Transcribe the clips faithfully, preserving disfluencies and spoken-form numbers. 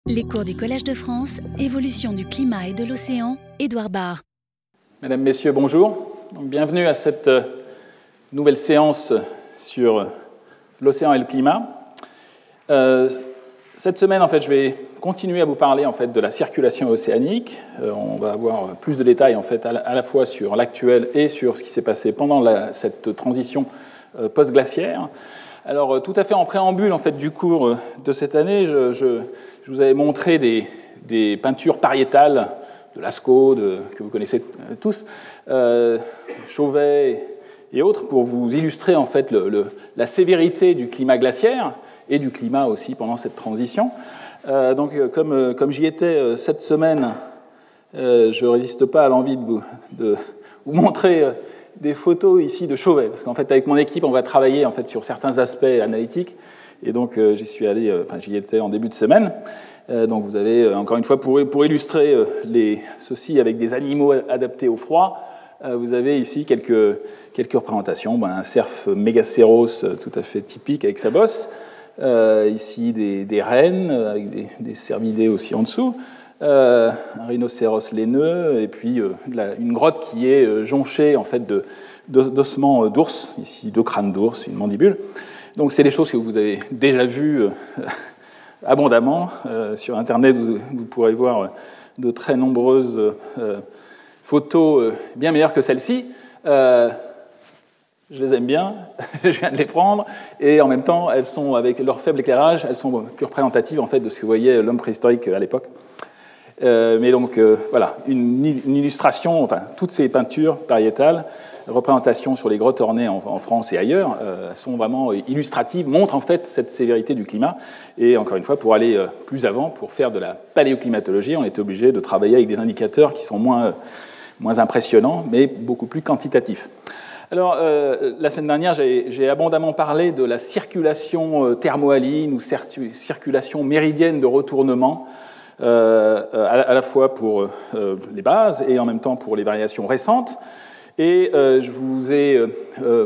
Les cours du Collège de France, évolution du climat et de l'océan, Édouard Barre. Mesdames, Messieurs, bonjour. Donc, bienvenue à cette euh, nouvelle séance sur l'océan et le climat. Euh, cette semaine, en fait, je vais continuer à vous parler en fait, de la circulation océanique. Euh, on va avoir plus de détails en fait, à, la, à la fois sur l'actuel et sur ce qui s'est passé pendant la, cette transition euh, post-glaciaire. Alors, euh, tout à fait en préambule en fait, du cours euh, de cette année, je, je, je vous avais montré des, des peintures pariétales de Lascaux, de, que vous connaissez tous, euh, Chauvet et autres, pour vous illustrer en fait, le, le, la sévérité du climat glaciaire et du climat aussi pendant cette transition. Euh, donc, comme, comme j'y étais euh, cette semaine, euh, je ne résiste pas à l'envie de vous, de vous montrer euh, des photos ici de Chauvet, parce qu'en fait, avec mon équipe, on va travailler en fait, sur certains aspects analytiques, et donc euh, j'y suis allé, euh, enfin, j'y étais en début de semaine. Euh, donc, vous avez, euh, encore une fois, pour, pour illustrer euh, les, ceci avec des animaux adaptés au froid, euh, vous avez ici quelques, quelques représentations. Ben, un cerf mégacéros euh, tout à fait typique avec sa bosse. Euh, ici, des, des rennes avec des, des cervidés aussi en dessous. Euh, un rhinocéros laineux, et puis euh, la, une grotte qui est euh, jonchée en fait, de, d'ossements d'ours. Ici, deux crânes d'ours, une mandibule. Donc, c'est des choses que vous avez déjà vues euh, abondamment. Euh, sur Internet, vous, vous pourrez voir de très nombreuses euh, photos euh, bien meilleures que celle-ci. Euh, je les aime bien, je viens de les prendre, et en même temps, elles sont, avec leur faible éclairage, elles sont plus représentatives en fait, de ce que voyait l'homme préhistorique à l'époque. Euh, mais donc, euh, voilà, une, une illustration, enfin, toutes ces peintures pariétales, représentations sur les grottes ornées en, en France et ailleurs, euh, sont vraiment illustratives, montrent en fait cette sévérité du climat. Et encore une fois, pour aller euh, plus avant, pour faire de la paléoclimatologie, on est obligé de travailler avec des indicateurs qui sont moins, euh, moins impressionnants, mais beaucoup plus quantitatifs. Alors, euh, la semaine dernière, j'ai, j'ai abondamment parlé de la circulation euh, thermohaline ou circu- circulation méridienne de retournement, euh, à, à la fois pour euh, les bases et en même temps pour les variations récentes. Et euh, je vous ai, euh,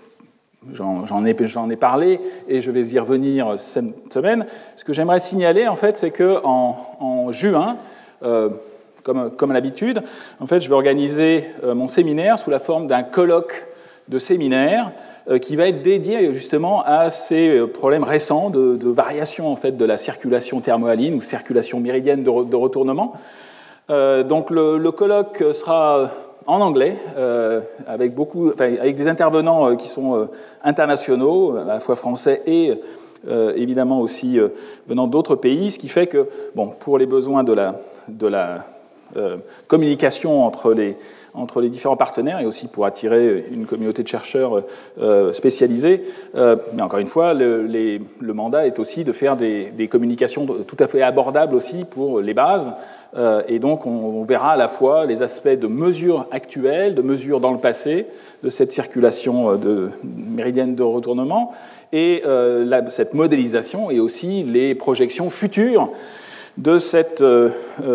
j'en, j'en ai, j'en ai parlé et je vais y revenir cette semaine. Ce que j'aimerais signaler, en fait, c'est qu'en en juin, euh, comme, comme à l'habitude, en fait, je vais organiser euh, mon séminaire sous la forme d'un colloque de séminaire euh, qui va être dédié justement à ces problèmes récents de, de variation en fait, de la circulation thermohaline ou circulation méridienne de, re, de retournement. Euh, donc le, le colloque sera en anglais, euh, avec, beaucoup, enfin, avec des intervenants euh, qui sont euh, internationaux, à la fois français et euh, évidemment aussi euh, venant d'autres pays, ce qui fait que, bon, pour les besoins de la, de la euh, communication entre les, entre les différents partenaires et aussi pour attirer une communauté de chercheurs euh, spécialisés, euh, mais encore une fois, le, les, le mandat est aussi de faire des, des communications tout à fait abordables aussi pour les bases. Euh, et donc, on, on verra à la fois les aspects de mesures actuelles, de mesures dans le passé, de cette circulation de, méridienne de retournement, et euh, la, cette modélisation, et aussi les projections futures de cette, euh,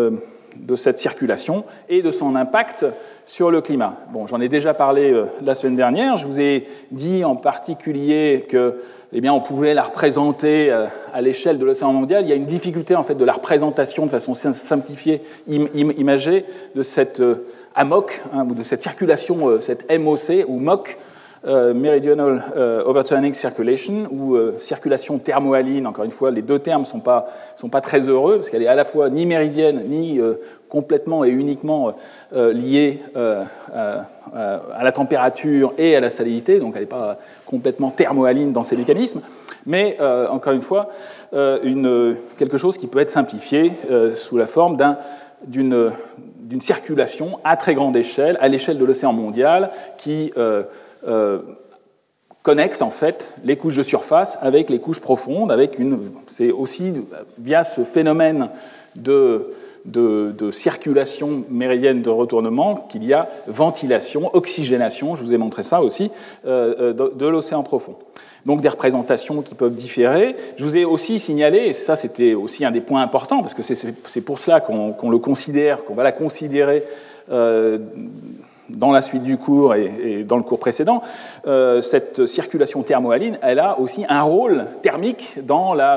de cette circulation et de son impact sur le climat. Bon, j'en ai déjà parlé euh, la semaine dernière. Je vous ai dit en particulier que eh bien, on pouvait la représenter à l'échelle de l'océan mondial. Il y a une difficulté en fait, de la représentation de façon simplifiée, im- im- imagée, de cette euh, A M O C, hein, ou de cette circulation, euh, cette M O C, ou M O C, euh, Meridional euh, Overturning Circulation, ou euh, circulation thermohaline. Encore une fois, les deux termes ne sont pas, sont pas très heureux, parce qu'elle est à la fois ni méridienne, ni euh, complètement et uniquement euh, liée euh, à, à la température et à la salinité, donc elle n'est pas complètement thermohaline dans ses mécanismes, mais euh, encore une fois, euh, une, quelque chose qui peut être simplifié euh, sous la forme d'un, d'une, d'une circulation à très grande échelle, à l'échelle de l'océan mondial, qui euh, euh, connecte en fait les couches de surface avec les couches profondes, avec une, c'est aussi via ce phénomène de De, de circulation méridienne de retournement qu'il y a ventilation, oxygénation, je vous ai montré ça aussi, euh, de, de l'océan profond. Donc des représentations qui peuvent différer. Je vous ai aussi signalé, et ça c'était aussi un des points importants, parce que c'est, c'est pour cela qu'on, qu'on le considère, qu'on va la considérer euh, dans la suite du cours et, et dans le cours précédent, euh, cette circulation thermohaline, elle a aussi un rôle thermique dans la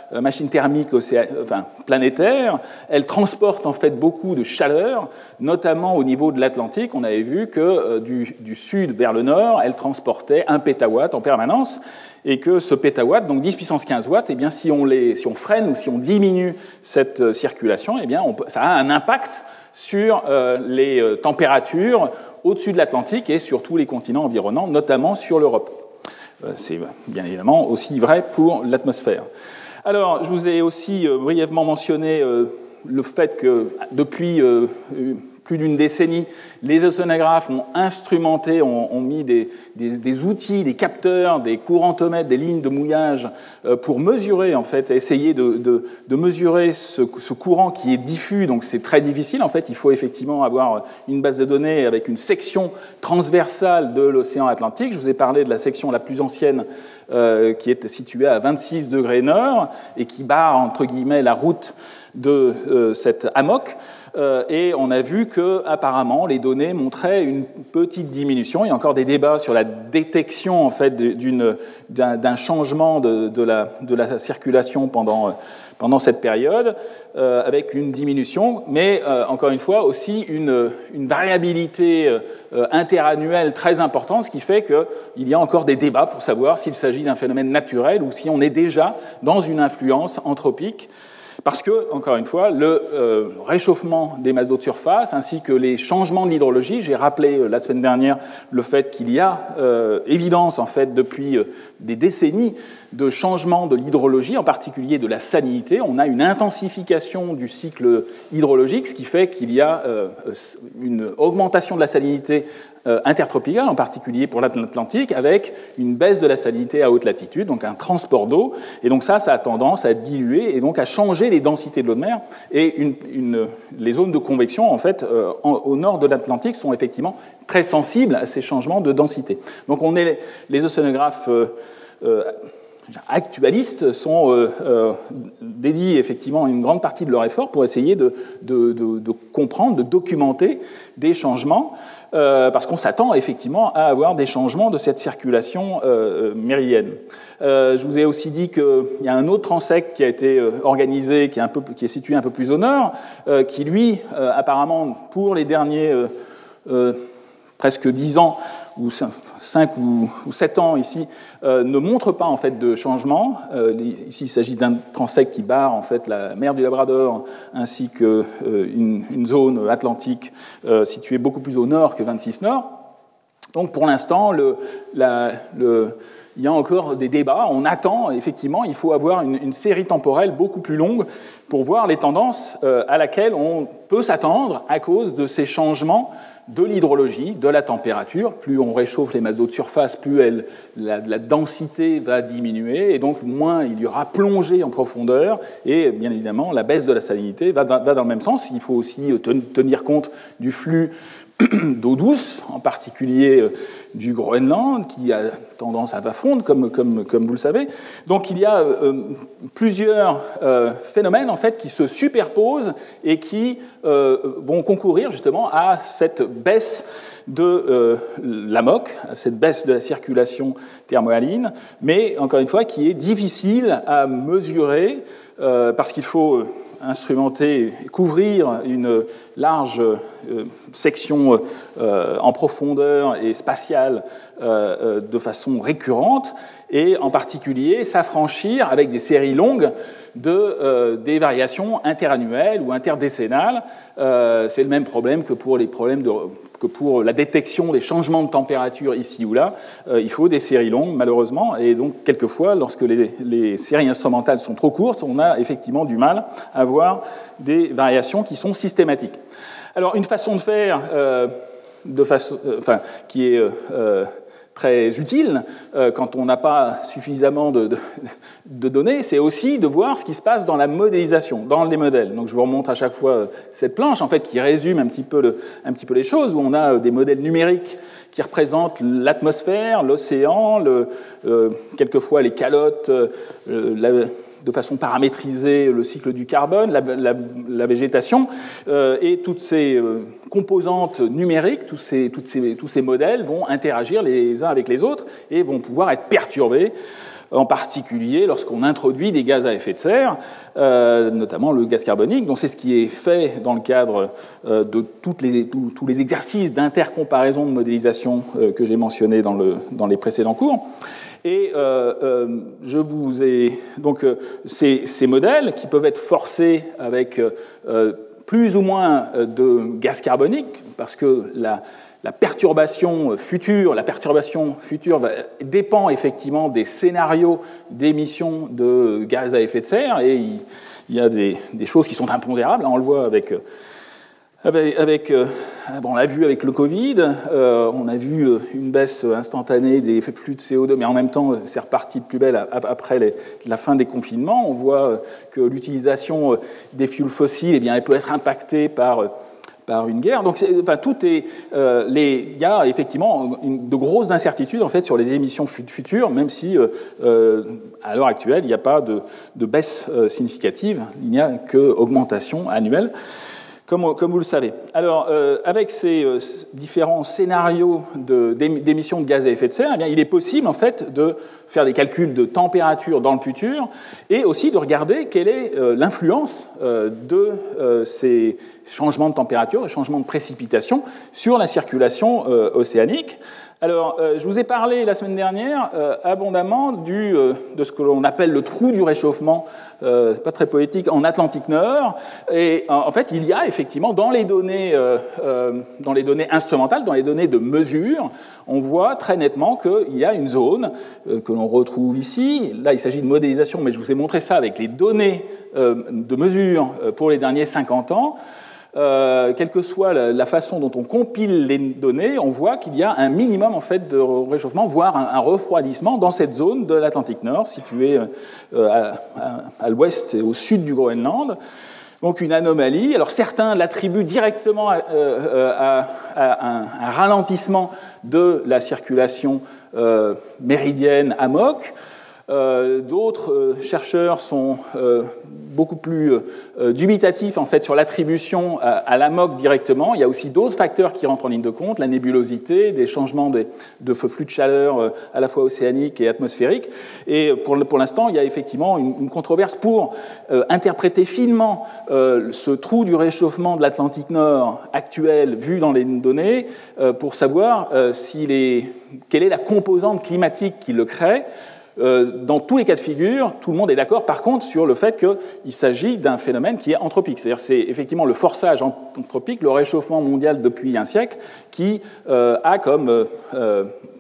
machine thermique océan... enfin, planétaire, elle transporte en fait beaucoup de chaleur, notamment au niveau de l'Atlantique. On avait vu que euh, du, du sud vers le nord, elle transportait un pétawatt en permanence, et que ce pétawatt, donc dix puissance quinze watts, eh bien, si, on les, si on freine ou si on diminue cette euh, circulation, eh bien, on peut, ça a un impact sur euh, les euh, températures au-dessus de l'Atlantique et sur tous les continents environnants, notamment sur l'Europe. Euh, c'est bien évidemment aussi vrai pour l'atmosphère. Alors, je vous ai aussi euh, brièvement mentionné euh, le fait que depuis euh, plus d'une décennie, les océanographes ont instrumenté, ont, ont mis des, des, des outils, des capteurs, des courantomètres, des lignes de mouillage euh, pour mesurer, en fait, essayer de, de, de mesurer ce, ce courant qui est diffus. Donc c'est très difficile. En fait, il faut effectivement avoir une base de données avec une section transversale de l'océan Atlantique. Je vous ai parlé de la section la plus ancienne euh, qui est située à vingt-six degrés nord et qui barre, entre guillemets, la route de euh, cette hammock. Euh, et on a vu que, apparemment, les données montraient une petite diminution. Il y a encore des débats sur la détection, en fait, d'une, d'un, d'un changement de, de, la, de la circulation pendant, pendant cette période, euh, avec une diminution, mais euh, encore une fois aussi une, une variabilité euh, interannuelle très importante, ce qui fait qu'il y a encore des débats pour savoir s'il s'agit d'un phénomène naturel ou si on est déjà dans une influence anthropique. Parce que, encore une fois, le euh, réchauffement des masses d'eau de surface, ainsi que les changements de l'hydrologie, j'ai rappelé euh, la semaine dernière le fait qu'il y a euh, évidence, en fait, depuis euh, des décennies, de changements de l'hydrologie, en particulier de la salinité. On a une intensification du cycle hydrologique, ce qui fait qu'il y a euh, une augmentation de la salinité euh, intertropicale, en particulier pour l'Atlantique, avec une baisse de la salinité à haute latitude, donc un transport d'eau. Et donc ça, ça a tendance à diluer et donc à changer les densités de l'eau de mer. Et une, une, les zones de convection, en fait, euh, en, au nord de l'Atlantique, sont effectivement très sensibles à ces changements de densité. Donc on est les océanographes euh, euh, actualistes sont euh, euh, dédient effectivement une grande partie de leur effort pour essayer de, de, de, de comprendre, de documenter des changements, euh, parce qu'on s'attend effectivement à avoir des changements de cette circulation euh, méridienne. Euh, je vous ai aussi dit qu'il y a un autre transect qui a été organisé, qui est, un peu, qui est situé un peu plus au nord, euh, qui lui, euh, apparemment, pour les derniers euh, euh, presque dix ans, ou cinq ou sept ans ici, euh, ne montre pas en fait de changement. Euh, ici, il s'agit d'un transect qui barre en fait la mer du Labrador ainsi qu'une euh, une zone atlantique euh, située beaucoup plus au nord que vingt-six nord. Donc pour l'instant, le, la, le, il y a encore des débats. On attend, effectivement, il faut avoir une, une série temporelle beaucoup plus longue pour voir les tendances euh, à laquelle on peut s'attendre à cause de ces changements de l'hydrologie, de la température. Plus on réchauffe les masses d'eau de surface, plus elle, la, la densité va diminuer, et donc moins il y aura plongée en profondeur, et bien évidemment, la baisse de la salinité va dans, va dans le même sens. Il faut aussi tenir compte du flux d'eau douce, en particulier du Groenland, qui a tendance à va fondre, comme, comme, comme vous le savez. Donc il y a euh, plusieurs euh, phénomènes en fait, qui se superposent et qui euh, vont concourir justement à cette baisse de euh, l'amok, à cette baisse de la circulation thermohaline, mais encore une fois qui est difficile à mesurer euh, parce qu'il faut instrumenter, couvrir une large euh, section euh, en profondeur et spatiale euh, de façon récurrente, et en particulier s'affranchir avec des séries longues de, euh, des variations interannuelles ou interdécennales. Euh, c'est le même problème que pour les problèmes de, que pour la détection des changements de température ici ou là. Euh, il faut des séries longues, malheureusement, et donc quelquefois, lorsque les, les séries instrumentales sont trop courtes, on a effectivement du mal à avoir des variations qui sont systématiques. Alors, une façon de faire euh, de façon, euh, enfin, qui est euh, très utile euh, quand on n'a pas suffisamment de, de, de données, c'est aussi de voir ce qui se passe dans la modélisation, dans les modèles. Donc, je vous remontre à chaque fois euh, cette planche, en fait, qui résume un petit peu, le, un petit peu les choses, où on a euh, des modèles numériques qui représentent l'atmosphère, l'océan, le, euh, quelquefois les calottes, euh, la, de façon paramétrisée le cycle du carbone, la, la, la végétation, euh, et toutes ces euh, composantes numériques, tous ces, toutes ces, tous ces modèles vont interagir les uns avec les autres et vont pouvoir être perturbés en particulier lorsqu'on introduit des gaz à effet de serre, euh, notamment le gaz carbonique. Donc c'est ce qui est fait dans le cadre euh, de toutes les, tous, tous les exercices d'intercomparaison de modélisation euh, que j'ai mentionnés dans, le, dans les précédents cours. Et euh, euh, je vous ai donc euh, ces, ces modèles qui peuvent être forcés avec euh, plus ou moins de gaz carbonique, parce que la, la perturbation future, la perturbation future va, dépend effectivement des scénarios d'émission de gaz à effet de serre, et il, il y a des, des choses qui sont impondérables. On le voit avec Avec, avec euh, bon, on l'a vu avec le Covid, euh, on a vu une baisse instantanée des flux de C O deux, mais en même temps, c'est reparti de plus belle après les, la fin des confinements. On voit que l'utilisation des fuels fossiles, eh bien, elle peut être impactée par, par une guerre. Donc, enfin, tout est, euh, les, il y a effectivement une, de grosses incertitudes en fait sur les émissions futures, même si euh, à l'heure actuelle, il n'y a pas de, de baisse significative, il n'y a qu'augmentation annuelle. Comme, comme vous le savez. Alors, euh, avec ces euh, différents scénarios de, d'émissions de gaz à effet de serre, eh bien, il est possible en fait de faire des calculs de température dans le futur et aussi de regarder quelle est euh, l'influence euh, de euh, ces changements de température, des changements de précipitation sur la circulation euh, océanique. Alors, euh, je vous ai parlé la semaine dernière euh, abondamment du, euh, de ce que l'on appelle le trou du réchauffement, euh, pas très poétique, en Atlantique Nord. Et en fait, il y a effectivement dans les données, euh, euh, dans les données instrumentales, dans les données de mesure, on voit très nettement qu'il y a une zone euh, que l'on retrouve ici. Là, il s'agit de modélisation, mais je vous ai montré ça avec les données euh, de mesure pour les derniers cinquante ans. Euh, quelle que soit la, la façon dont on compile les données, on voit qu'il y a un minimum en fait de réchauffement, voire un, un refroidissement dans cette zone de l'Atlantique Nord, située euh, à, à, à l'ouest et au sud du Groenland. Donc une anomalie. Alors certains l'attribuent directement à, euh, à, à un, un ralentissement de la circulation euh, méridienne à Mock. Euh, d'autres euh, chercheurs sont euh, beaucoup plus euh, dubitatifs en fait sur l'attribution à, à l'A M O C directement. Il y a aussi d'autres facteurs qui rentrent en ligne de compte, la nébulosité, des changements de, de flux de chaleur euh, à la fois océaniques et atmosphériques. Et pour, pour l'instant, il y a effectivement une, une controverse pour euh, interpréter finement euh, ce trou du réchauffement de l'Atlantique Nord actuel vu dans les données euh, pour savoir euh, s'il est, quelle est la composante climatique qui le crée. Dans tous les cas de figure, tout le monde est d'accord par contre sur le fait qu'il s'agit d'un phénomène qui est anthropique. C'est-à-dire c'est effectivement le forçage anthropique, le réchauffement mondial depuis un siècle, qui euh, a comme euh, euh,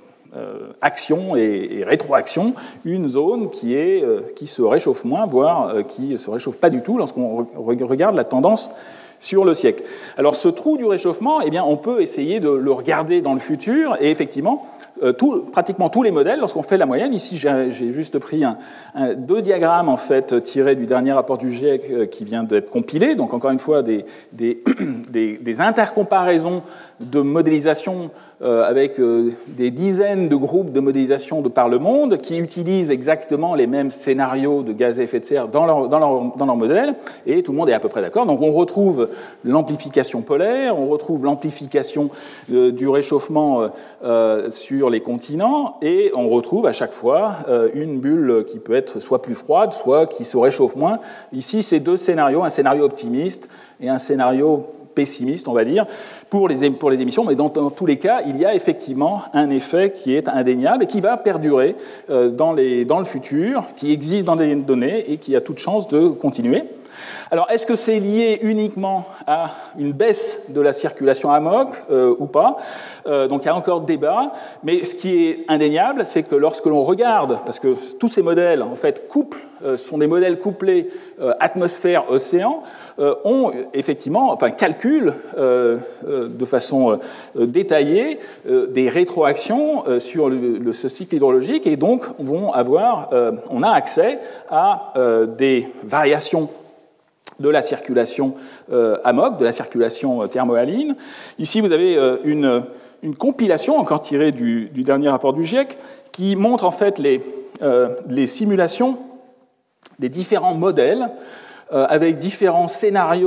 action et, et rétroaction une zone qui, est, euh, qui se réchauffe moins, voire euh, qui ne se réchauffe pas du tout lorsqu'on re- regarde la tendance sur le siècle. Alors ce trou du réchauffement, eh bien, on peut essayer de le regarder dans le futur, et effectivement, Euh, tout, pratiquement tous les modèles, lorsqu'on fait la moyenne, ici j'ai, j'ai juste pris un, un, deux diagrammes en fait, tirés du dernier rapport du GIEC euh, qui vient d'être compilé, donc encore une fois des, des, des, des intercomparaisons de modélisation euh, avec euh, des dizaines de groupes de modélisation de par le monde qui utilisent exactement les mêmes scénarios de gaz à effet de serre dans leur, dans leur, dans leur modèle, et tout le monde est à peu près d'accord. Donc on retrouve l'amplification polaire, on retrouve l'amplification euh, du réchauffement euh, euh, sur les continents, et on retrouve à chaque fois euh, une bulle qui peut être soit plus froide, soit qui se réchauffe moins. Ici, c'est deux scénarios, un scénario optimiste et un scénario pessimiste, on va dire, pour les, pour les émissions, mais dans, dans tous les cas, il y a effectivement un effet qui est indéniable et qui va perdurer euh, dans, les, dans le futur, qui existe dans les données et qui a toute chance de continuer. Alors, est-ce que c'est lié uniquement à une baisse de la circulation à M O C euh, ou pas euh, Donc, il y a encore débat, mais ce qui est indéniable, c'est que lorsque l'on regarde, parce que tous ces modèles, en fait, couplent, euh, sont des modèles couplés euh, atmosphère-océan, euh, ont effectivement, enfin, calculent euh, euh, de façon euh, détaillée euh, des rétroactions euh, sur le, le, ce cycle hydrologique, et donc, on, vont avoir, euh, on a accès à euh, des variations de la circulation euh, A M O C, de la circulation euh, thermohaline. Ici, vous avez euh, une, une compilation, encore tirée du, du dernier rapport du GIEC, qui montre en fait les, euh, les simulations des différents modèles euh, avec différents scénarios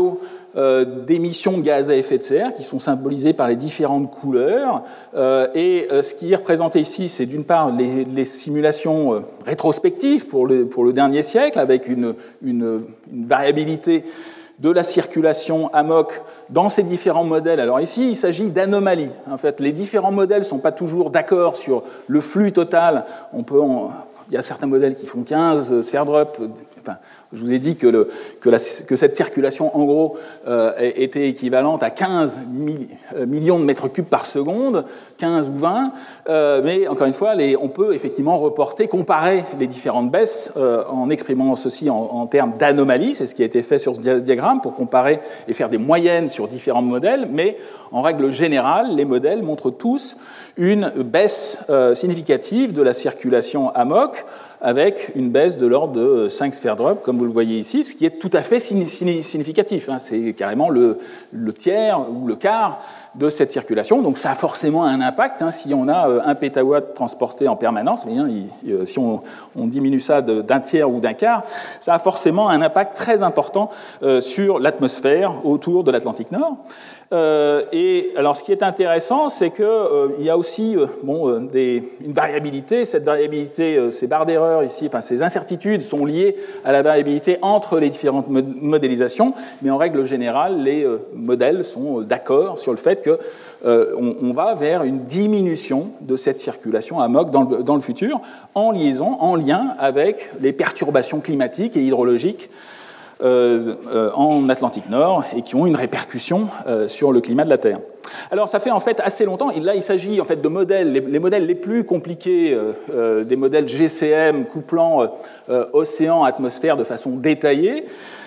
euh, d'émissions de gaz à effet de serre qui sont symbolisées par les différentes couleurs. Euh, et euh, ce qui est représenté ici, c'est d'une part les, les simulations euh, rétrospectives pour le, pour le dernier siècle, avec une, une, une variabilité de la circulation A M O C dans ces différents modèles. Alors ici, il s'agit d'anomalies. En fait, les différents modèles ne sont pas toujours d'accord sur le flux total. On peut en... Il y a certains modèles qui font quinze sphères drop. Enfin, je vous ai dit que, le, que, la, que cette circulation, en gros, euh, était équivalente à quinze millions de mètres cubes par seconde, quinze ou vingt. Euh, mais encore une fois, les, on peut effectivement reporter, comparer les différentes baisses euh, en exprimant ceci en, en termes d'anomalies. C'est ce qui a été fait sur ce diagramme pour comparer et faire des moyennes sur différents modèles. Mais en règle générale, les modèles montrent tous une baisse euh, significative de la circulation A M O C, avec une baisse de l'ordre de cinq sphères drop, comme vous le voyez ici, ce qui est tout à fait significatif. Hein. C'est carrément le, le tiers ou le quart de cette circulation. Donc ça a forcément un impact. Hein. Si on a un pétawatt transporté en permanence, bien, il, si on, on diminue ça d'un tiers ou d'un quart, ça a forcément un impact très important euh, sur l'atmosphère autour de l'Atlantique Nord. Euh, et alors, ce qui est intéressant, c'est qu'il euh, y a aussi euh, bon, euh, des, une variabilité. Cette variabilité, euh, ces barres d'erreur ici, enfin ces incertitudes sont liées à la variabilité entre les différentes modélisations. Mais en règle générale, les euh, modèles sont d'accord sur le fait que euh, on, on va vers une diminution de cette circulation A M O C dans le, dans le futur, en liaison, en lien avec les perturbations climatiques et hydrologiques Euh, euh, en Atlantique Nord et qui ont une répercussion euh, sur le climat de la Terre. Alors ça fait en fait assez longtemps, et là il s'agit en fait de modèles, les, les modèles les plus compliqués, euh, euh, des modèles G C M couplant euh, océan-atmosphère de façon détaillée,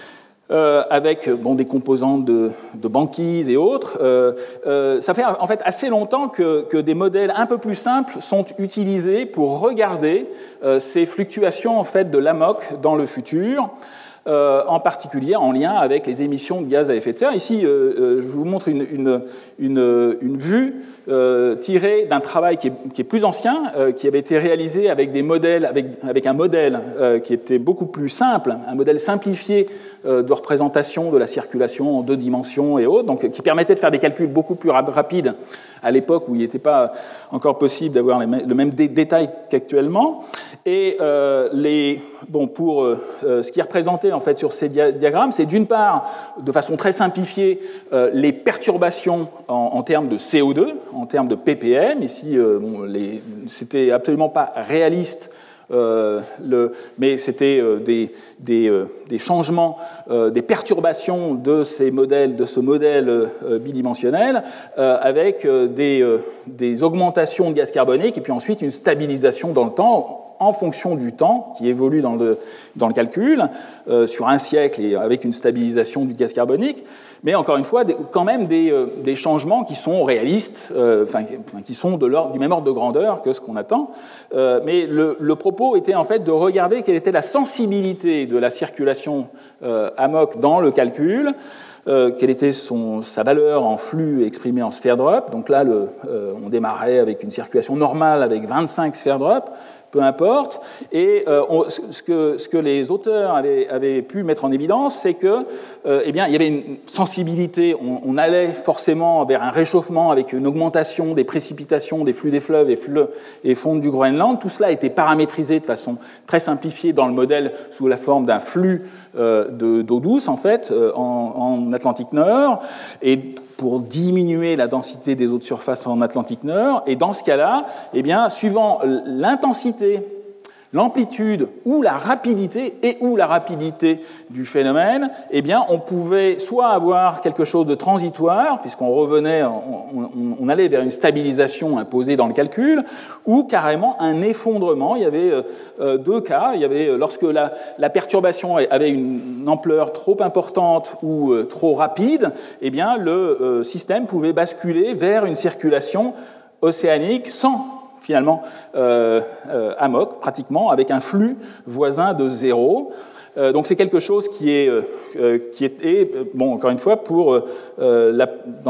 Euh, avec bon, des composantes de, de banquise et autres. Euh, euh, ça fait en fait assez longtemps que, que des modèles un peu plus simples sont utilisés pour regarder euh, ces fluctuations en fait, de l'A M O C dans le futur, euh, en particulier en lien avec les émissions de gaz à effet de serre. Ici, euh, euh, je vous montre une, une, une, une vue euh, tirée d'un travail qui est, qui est plus ancien, euh, qui avait été réalisé avec, des modèles, avec, avec un modèle euh, qui était beaucoup plus simple, un modèle simplifié de représentation de la circulation en deux dimensions et autres, donc qui permettait de faire des calculs beaucoup plus rapides à l'époque où il n'était pas encore possible d'avoir le même dé détail qu'actuellement. Et euh, les, bon, pour euh, ce qui est représenté en fait sur ces dia diagrammes, c'est d'une part, de façon très simplifiée, euh, les perturbations en, en termes de C O deux, en termes de P P M. Ici, euh, bon, c'était absolument pas réaliste. Euh, le, mais c'était euh, des, des, euh, des changements, euh, des perturbations de ces modèles, de ce modèle euh, bidimensionnel, euh, avec euh, des, euh, des augmentations de gaz carbonique et puis ensuite une stabilisation dans le temps en fonction du temps qui évolue dans le, dans le calcul, euh, sur un siècle et avec une stabilisation du gaz carbonique, mais encore une fois, des, quand même des, euh, des changements qui sont réalistes, euh, enfin, qui sont de du même ordre de grandeur que ce qu'on attend. Euh, mais le, le propos était en fait de regarder quelle était la sensibilité de la circulation euh, A M O C dans le calcul, euh, quelle était son, sa valeur en flux exprimée en sphère drop. Donc là, le, euh, on démarrait avec une circulation normale avec vingt-cinq sphères drop, peu importe. Et euh, on, ce, que, ce que les auteurs avaient, avaient pu mettre en évidence, c'est que, euh, eh bien, il y avait une sensibilité. On, on allait forcément vers un réchauffement avec une augmentation des précipitations, des flux des fleuves et, fleuves et fonds du Groenland. Tout cela a été paramétrisé de façon très simplifiée dans le modèle sous la forme d'un flux euh, d'eau douce, en fait, euh, en, en Atlantique Nord. Et pour diminuer la densité des eaux de surface en Atlantique Nord. Et dans ce cas-là, eh bien, suivant l'intensité, l'amplitude ou la rapidité et ou la rapidité du phénomène, eh bien, on pouvait soit avoir quelque chose de transitoire, puisqu'on revenait, on, on, on allait vers une stabilisation imposée dans le calcul, ou carrément un effondrement. Il y avait euh, deux cas. Il y avait lorsque la, la perturbation avait une ampleur trop importante ou euh, trop rapide, eh bien, le euh, système pouvait basculer vers une circulation océanique sans finalement euh, euh, A M O C, pratiquement, avec un flux voisin de zéro. Euh, donc c'est quelque chose qui est, euh, qui est et, bon, encore une fois, pour, euh, la, dans la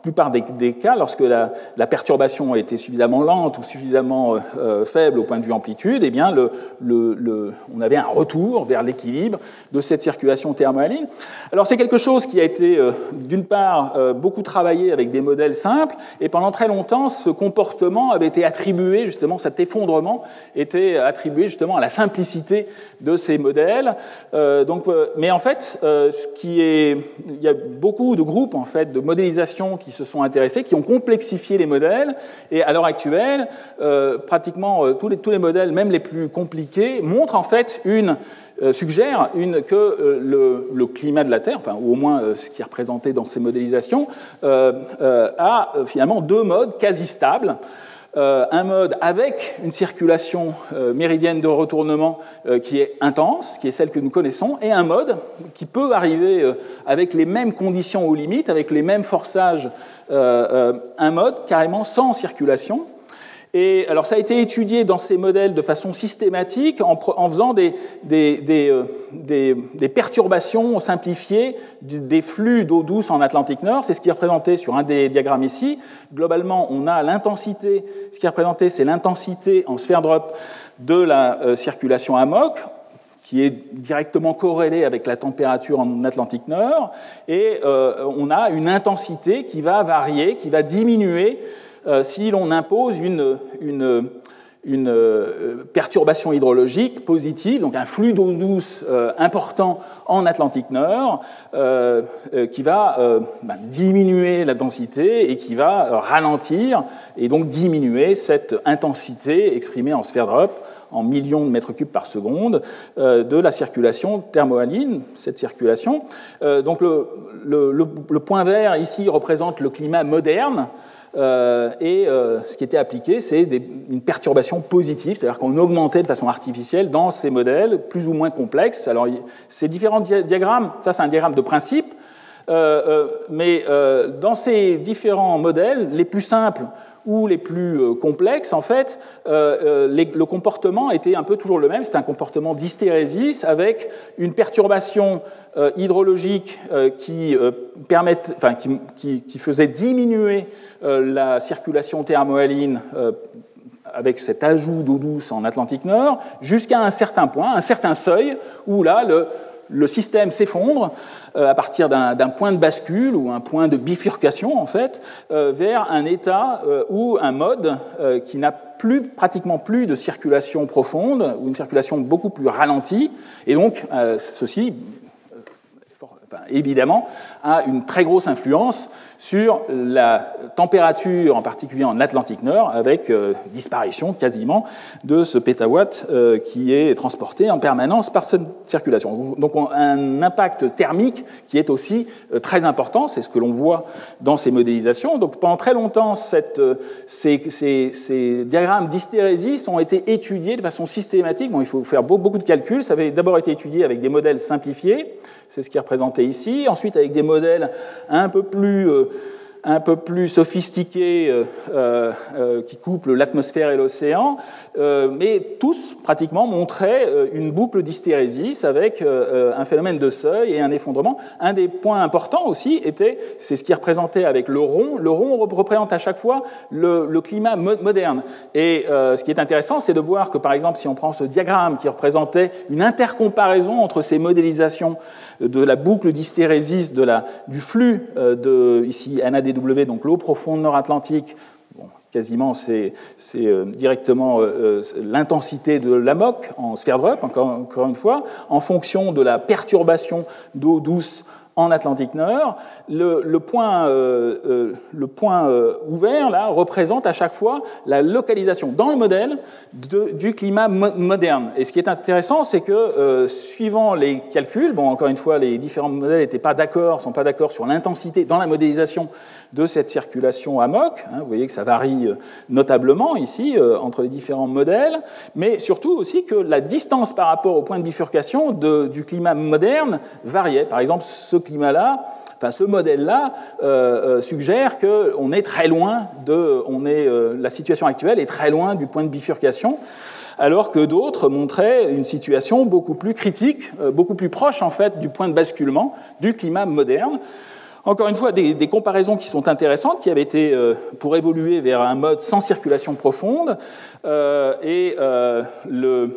plupart des, des cas, lorsque la, la perturbation a été suffisamment lente ou suffisamment euh, faible au point de vue amplitude, eh bien le, le, le, on avait un retour vers l'équilibre de cette circulation thermohaline. Alors c'est quelque chose qui a été, euh, d'une part, euh, beaucoup travaillé avec des modèles simples, et pendant très longtemps, ce comportement avait été attribué, justement, cet effondrement était attribué justement à la simplicité de ces modèles. Euh, donc, euh, mais en fait, euh, ce qui est, il y a beaucoup de groupes en fait de modélisation qui se sont intéressés, qui ont complexifié les modèles, et à l'heure actuelle, euh, pratiquement euh, tous, les, tous les modèles, même les plus compliqués, montrent en fait une, euh, suggèrent une, que euh, le, le climat de la Terre, enfin, ou au moins euh, ce qui est représenté dans ces modélisations, euh, euh, a euh, finalement deux modes quasi stables. Euh, un mode avec une circulation euh, méridienne de retournement euh, qui est intense, qui est celle que nous connaissons, et un mode qui peut arriver euh, avec les mêmes conditions aux limites, avec les mêmes forçages, euh, euh, un mode carrément sans circulation. Et alors ça a été étudié dans ces modèles de façon systématique en, en faisant des, des, des, euh, des, des perturbations simplifiées des flux d'eau douce en Atlantique Nord. C'est ce qui est représenté sur un des diagrammes ici. Globalement, on a l'intensité, ce qui est représenté, c'est l'intensité en sphère drop de la euh, circulation A M O C, qui est directement corrélée avec la température en Atlantique Nord, et euh, on a une intensité qui va varier, qui va diminuer Euh, si l'on impose une, une, une euh, perturbation hydrologique positive, donc un flux d'eau douce euh, important en Atlantique Nord, euh, euh, qui va euh, bah, diminuer la densité et qui va euh, ralentir et donc diminuer cette intensité exprimée en sphère drop en millions de mètres cubes par seconde euh, de la circulation thermohaline, cette circulation. Euh, donc le, le, le, le point vert ici représente le climat moderne. Euh, et euh, ce qui était appliqué, c'est des, une perturbation positive, c'est-à-dire qu'on augmentait de façon artificielle dans ces modèles plus ou moins complexes. Alors, ces différents dia- diagrammes, ça c'est un diagramme de principe, euh, euh, mais euh, dans ces différents modèles, les plus simples ou les plus euh, complexes, en fait, euh, les, le comportement était un peu toujours le même, c'était un comportement d'hystérésis avec une perturbation euh, hydrologique euh, qui, euh, permette, enfin, qui, qui, qui faisait diminuer la circulation thermohaline euh, avec cet ajout d'eau douce en Atlantique Nord, jusqu'à un certain point, un certain seuil, où là, le, le système s'effondre euh, à partir d'un, d'un point de bascule ou un point de bifurcation, en fait, euh, vers un état euh, ou un mode euh, qui n'a plus, pratiquement plus de circulation profonde, ou une circulation beaucoup plus ralentie, et donc euh, ceci, enfin, évidemment, a une très grosse influence sur la température, en particulier en Atlantique Nord, avec euh, disparition quasiment de ce pétawatt euh, qui est transporté en permanence par cette circulation. Donc on a un impact thermique qui est aussi euh, très important, c'est ce que l'on voit dans ces modélisations. Donc pendant très longtemps, cette, euh, ces, ces, ces diagrammes d'hystérésis ont été étudiés de façon systématique. Bon, il faut faire beaucoup de calculs. Ça avait d'abord été étudié avec des modèles simplifiés, c'est ce qui est représenté ici. Ensuite, avec des modèles un peu plus, euh, un peu plus sophistiqués euh, euh, qui couplent l'atmosphère et l'océan, euh, mais tous, pratiquement, montraient euh, une boucle d'hystérésis avec euh, un phénomène de seuil et un effondrement. Un des points importants aussi était, c'est ce qui est représenté avec le rond. Le rond représente à chaque fois le, le climat mo- moderne. Et euh, ce qui est intéressant, c'est de voir que, par exemple, si on prend ce diagramme qui représentait une intercomparaison entre ces modélisations de la boucle d'hystérésis de la, du flux euh, de, ici, N A D W, donc l'eau profonde nord-atlantique, bon, quasiment c'est, c'est euh, directement euh, l'intensité de l'A M O C en sphère drop, encore, encore une fois, en fonction de la perturbation d'eau douce en Atlantique Nord. Le, le point, euh, euh, le point euh, ouvert, là, représente à chaque fois la localisation dans le modèle de, du climat mo- moderne. Et ce qui est intéressant, c'est que, euh, suivant les calculs, bon, encore une fois, les différents modèles n'étaient pas d'accord, ne sont pas d'accord sur l'intensité dans la modélisation de cette circulation A M O C. Hein, vous voyez que ça varie notablement ici, euh, entre les différents modèles, mais surtout aussi que la distance par rapport au point de bifurcation de, du climat moderne variait. Par exemple, ce climat-là, enfin ce modèle-là euh, euh, suggère qu'on est très loin de, on est, euh, la situation actuelle est très loin du point de bifurcation, alors que d'autres montraient une situation beaucoup plus critique, euh, beaucoup plus proche en fait du point de basculement du climat moderne. Encore une fois, des, des comparaisons qui sont intéressantes, qui avaient été euh, pour évoluer vers un mode sans circulation profonde, euh, et euh, le...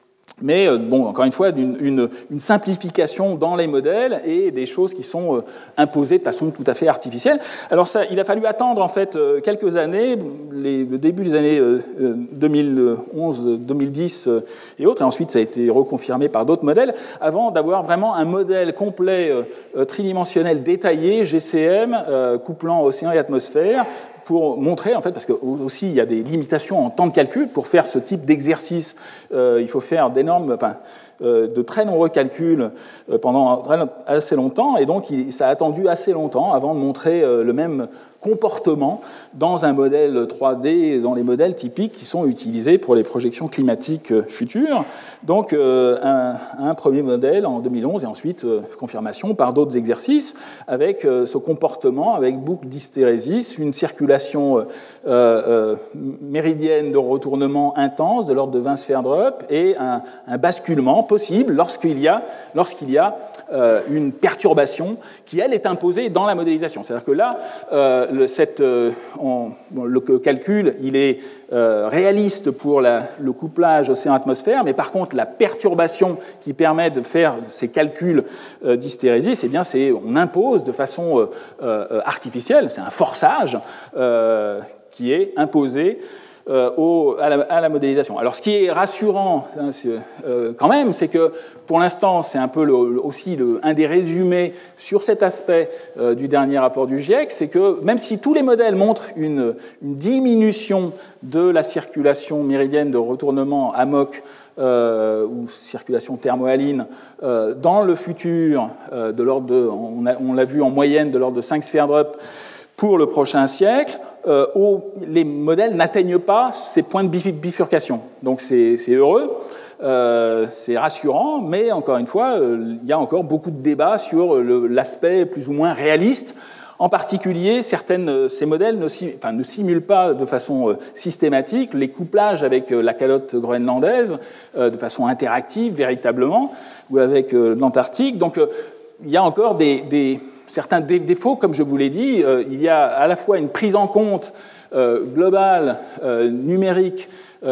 Mais, bon, encore une fois, une, une, une simplification dans les modèles et des choses qui sont euh, imposées de façon tout à fait artificielle. Alors, ça, il a fallu attendre, en fait, euh, quelques années, les, le début des années euh, deux mille onze, deux mille dix euh, et autres, et ensuite ça a été reconfirmé par d'autres modèles, avant d'avoir vraiment un modèle complet, euh, tridimensionnel, détaillé, G C M, euh, couplant océan et atmosphère, pour montrer, en fait, parce que aussi il y a des limitations en temps de calcul, pour faire ce type d'exercice, euh, il faut faire d'énormes, enfin, euh, de très nombreux calculs euh, pendant très, assez longtemps, et donc il, ça a attendu assez longtemps avant de montrer euh, le même comportement dans un modèle trois D, dans les modèles typiques qui sont utilisés pour les projections climatiques futures. Donc euh, un, un premier modèle en deux mille onze et ensuite euh, confirmation par d'autres exercices avec euh, ce comportement, avec boucle d'hystérésis, une circulation euh, euh, méridienne de retournement intense de l'ordre de vingt sphères Drup et un, un basculement possible lorsqu'il y a, lorsqu'il y a euh, une perturbation qui, elle, est imposée dans la modélisation. C'est-à-dire que là, euh, Le, cette, euh, on, bon, le calcul, il est euh, réaliste pour la, le couplage océan-atmosphère, mais par contre, la perturbation qui permet de faire ces calculs euh, d'hystérésis, eh bien, c'est, on impose de façon euh, euh, artificielle, c'est un forçage euh, qui est imposé euh, au, à, la, à la modélisation. Alors, ce qui est rassurant, hein, c'est, euh, quand même, c'est que pour l'instant, c'est un peu le, aussi le, un des résumés sur cet aspect euh, du dernier rapport du GIEC, c'est que même si tous les modèles montrent une, une diminution de la circulation méridienne de retournement A M O C euh, ou circulation thermohaline euh, dans le futur, euh, de l'ordre de, on, a, on l'a vu en moyenne, de l'ordre de cinq sphères Drup pour le prochain siècle, euh, où les modèles n'atteignent pas ces points de bifurcation. Donc c'est, c'est heureux. Euh, c'est rassurant, mais encore une fois, euh, il y a encore beaucoup de débats sur le, l'aspect plus ou moins réaliste. En particulier, certaines, ces modèles ne, enfin, ne simulent pas de façon euh, systématique les couplages avec euh, la calotte groenlandaise, euh, de façon interactive, véritablement, ou avec euh, l'Antarctique. Donc, euh, il y a encore des, des, certains défauts, comme je vous l'ai dit. Euh, il y a à la fois une prise en compte euh, globale, euh, numérique,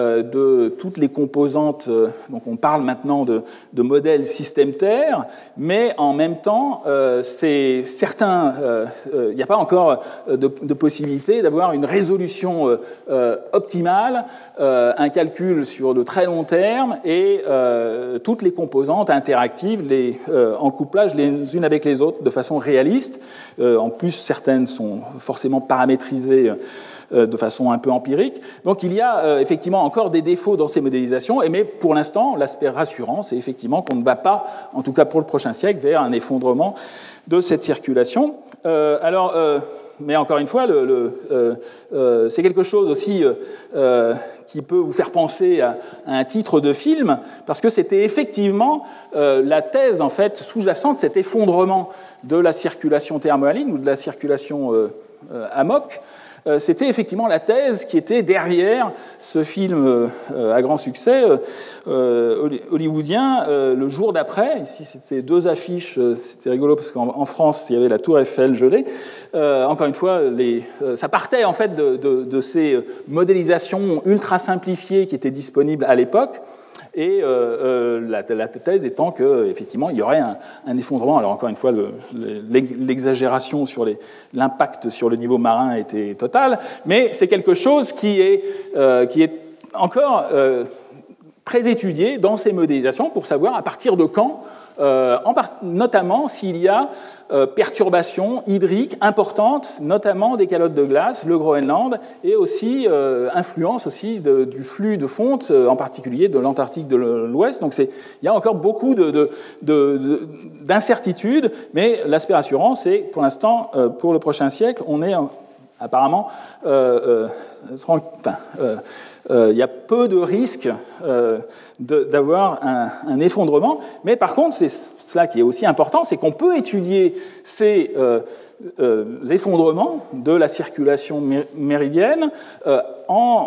de toutes les composantes, donc on parle maintenant de, de modèles système-Terre, mais en même temps, euh, c'est certain, euh, il n'y a pas encore de, de possibilité d'avoir une résolution euh, optimale, euh, un calcul sur de très long terme et euh, toutes les composantes interactives, les, euh, en couplage les unes avec les autres de façon réaliste. Euh, en plus, certaines sont forcément paramétrisées de façon un peu empirique. Donc il y a euh, effectivement encore des défauts dans ces modélisations, mais pour l'instant, l'aspect rassurant, c'est effectivement qu'on ne va pas, en tout cas pour le prochain siècle, vers un effondrement de cette circulation. Euh, alors, euh, mais encore une fois, le, le, euh, euh, c'est quelque chose aussi euh, qui peut vous faire penser à, à un titre de film, parce que c'était effectivement euh, la thèse en fait sous-jacente, cet effondrement de la circulation thermohaline ou de la circulation euh, euh, A M O C. C'était effectivement la thèse qui était derrière ce film à grand succès hollywoodien, Le jour d'après. Ici, c'était deux affiches. C'était rigolo parce qu'en France, il y avait la Tour Eiffel gelée. Encore une fois, les, ça partait en fait de, de, de ces modélisations ultra simplifiées qui étaient disponibles à l'époque. Et euh, euh, la, la thèse étant qu'effectivement, il y aurait un, un effondrement. Alors, encore une fois, le, l'exagération sur les, l'impact sur le niveau marin était totale, mais c'est quelque chose qui est, euh, qui est encore euh, très étudié dans ces modélisations pour savoir à partir de quand, euh, en part, notamment s'il y a euh, perturbations hydriques importantes, notamment des calottes de glace, le Groenland, et aussi euh, influence aussi de, du flux de fonte, euh, en particulier de l'Antarctique de l'Ouest. Donc c'est, il y a encore beaucoup de, de, de, de, d'incertitudes, mais l'aspect rassurant, c'est pour l'instant, euh, pour le prochain siècle, on est en, apparemment euh, euh, enfin, euh, euh, il y a peu de risques euh, de, d'avoir un, un effondrement, mais par contre, c'est cela qui est aussi important, c'est qu'on peut étudier ces euh, euh, effondrements de la circulation méridienne euh, en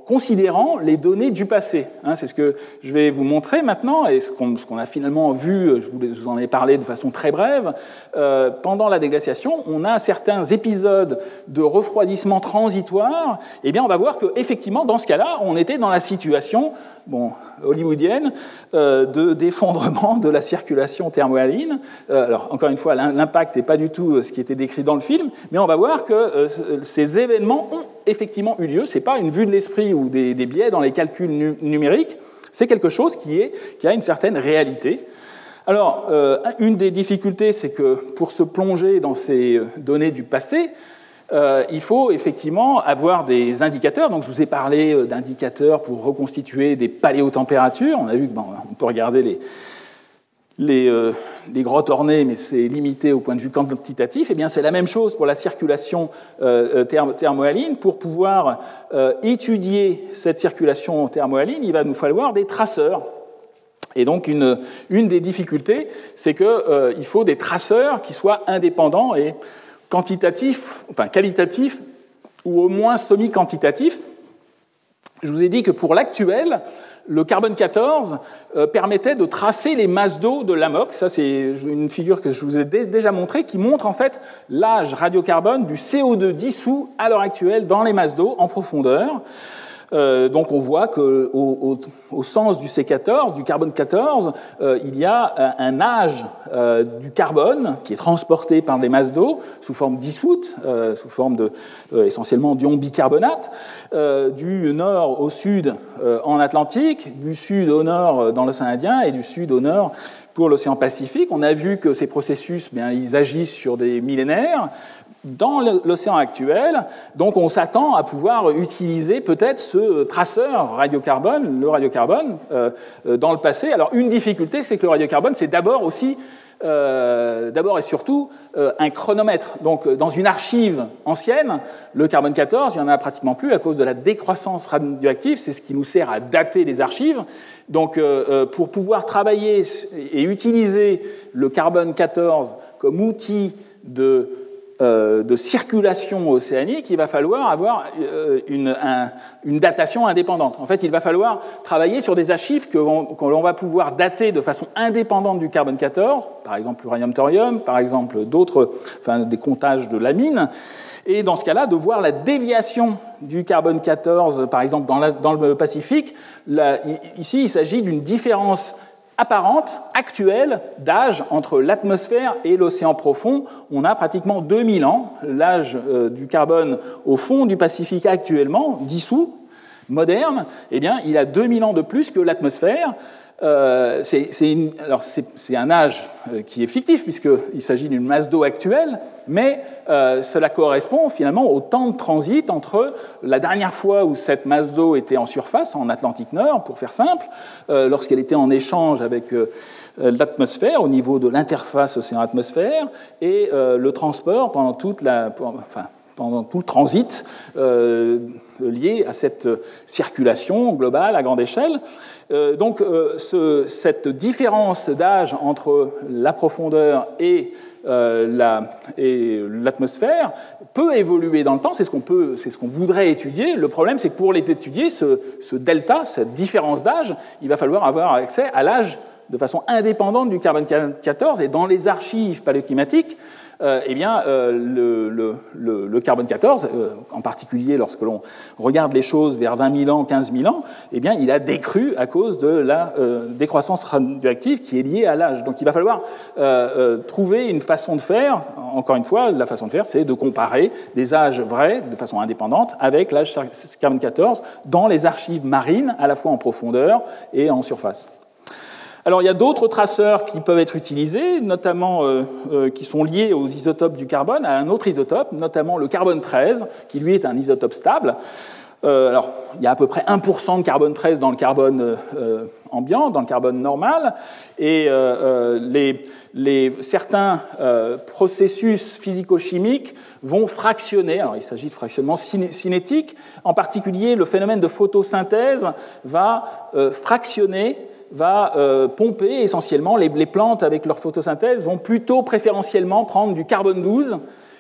considérant les données du passé. Hein, c'est ce que je vais vous montrer maintenant, et ce qu'on, ce qu'on a finalement vu, je vous, je vous en ai parlé de façon très brève, euh, pendant la déglaciation, on a certains épisodes de refroidissement transitoire, et bien on va voir qu'effectivement, dans ce cas-là, on était dans la situation bon, hollywoodienne euh, de, d'effondrement de la circulation thermohaline. Euh, alors, encore une fois, l'impact n'est pas du tout ce qui était décrit dans le film, mais on va voir que euh, ces événements ont effectivement eu lieu. Ce n'est pas une vue de l'esprit ou des, des biais dans les calculs nu- numériques, c'est quelque chose qui, est, qui a une certaine réalité. Alors, euh, une des difficultés, c'est que pour se plonger dans ces données du passé, euh, il faut effectivement avoir des indicateurs. Donc, je vous ai parlé d'indicateurs pour reconstituer des paléotempératures. On a vu qu'on bon, peut regarder les, les, euh, les grottes ornées, mais c'est limité au point de vue quantitatif. Eh bien, c'est la même chose pour la circulation euh, thermo- thermohaline. Pour pouvoir euh, étudier cette circulation thermohaline, il va nous falloir des traceurs. Et donc, une, une des difficultés, c'est qu'il euh, faut des traceurs qui soient indépendants et quantitatifs, enfin qualitatifs, ou au moins semi-quantitatifs. Je vous ai dit que pour l'actuel, le carbone quatorze euh, permettait de tracer les masses d'eau de l'A M O C. Ça, c'est une figure que je vous ai dé- déjà montrée, qui montre en fait l'âge radiocarbone du C O deux dissous à l'heure actuelle dans les masses d'eau en profondeur. Euh, donc on voit qu'au au, au sens du C quatorze, du carbone quatorze, euh, il y a un âge euh, du carbone qui est transporté par des masses d'eau sous forme dissoute, euh, sous forme de, euh, essentiellement d'ion bicarbonate, euh, du nord au sud euh, en Atlantique, du sud au nord dans l'océan Indien et du sud au nord pour l'océan Pacifique. On a vu que ces processus, bien, ils agissent sur des millénaires. Dans l'océan actuel, donc on s'attend à pouvoir utiliser peut-être ce traceur radiocarbone, le radiocarbone, euh, dans le passé. Alors une difficulté, c'est que le radiocarbone, c'est d'abord aussi, euh, d'abord et surtout, euh, un chronomètre. Donc dans une archive ancienne, le carbone quatorze, il n'y en a pratiquement plus à cause de la décroissance radioactive, c'est ce qui nous sert à dater les archives. Donc euh, pour pouvoir travailler et utiliser le carbone quatorze comme outil de de circulation océanique, il va falloir avoir une, un, une datation indépendante. En fait, il va falloir travailler sur des archives que l'on, que l'on va pouvoir dater de façon indépendante du carbone quatorze, par exemple l'uranium-thorium, par exemple d'autres, enfin, des comptages de l'amine. Et dans ce cas-là, de voir la déviation du carbone quatorze, par exemple dans, la, dans le Pacifique. Là, ici, il s'agit d'une différence apparente, actuelle, d'âge entre l'atmosphère et l'océan profond. On a pratiquement deux mille ans. L'âge euh, du carbone au fond du Pacifique actuellement, dissous, moderne, eh bien, il a deux mille ans de plus que l'atmosphère. Euh, c'est, c'est, une, alors c'est, c'est un âge qui est fictif, puisqu'il s'agit d'une masse d'eau actuelle, mais euh, cela correspond finalement au temps de transit entre la dernière fois où cette masse d'eau était en surface, en Atlantique Nord, pour faire simple, euh, lorsqu'elle était en échange avec euh, l'atmosphère, au niveau de l'interface océan-atmosphère, et euh, le transport pendant toute la... Enfin, pendant tout le transit euh, lié à cette circulation globale à grande échelle. Euh, donc, euh, ce, cette différence d'âge entre la profondeur et, euh, la, et l'atmosphère peut évoluer dans le temps, c'est ce qu'on peut, c'est ce qu'on voudrait étudier. Le problème, c'est que pour l'étudier, ce, ce delta, cette différence d'âge, il va falloir avoir accès à l'âge de façon indépendante du carbone quatorze, et dans les archives paléoclimatiques, Euh, eh bien, euh, le, le, le, le carbone quatorze, euh, en particulier lorsque l'on regarde les choses vers vingt mille ans, quinze mille ans, eh bien, il a décru à cause de la euh, décroissance radioactive qui est liée à l'âge. Donc, il va falloir euh, euh, trouver une façon de faire. Encore une fois, la façon de faire, c'est de comparer des âges vrais, de façon indépendante, avec l'âge carbone quatorze dans les archives marines, à la fois en profondeur et en surface. Alors, il y a d'autres traceurs qui peuvent être utilisés, notamment euh, euh, qui sont liés aux isotopes du carbone, à un autre isotope, notamment le carbone treize, qui lui est un isotope stable. Euh, alors, il y a à peu près un pour cent de carbone treize dans le carbone euh, ambiant, dans le carbone normal, et euh, euh, les, les, certains euh, processus physico-chimiques vont fractionner. Alors, il s'agit de fractionnement ciné- cinétique. En particulier, le phénomène de photosynthèse va euh, fractionner va euh, pomper essentiellement, les, les plantes avec leur photosynthèse vont plutôt préférentiellement prendre du carbone douze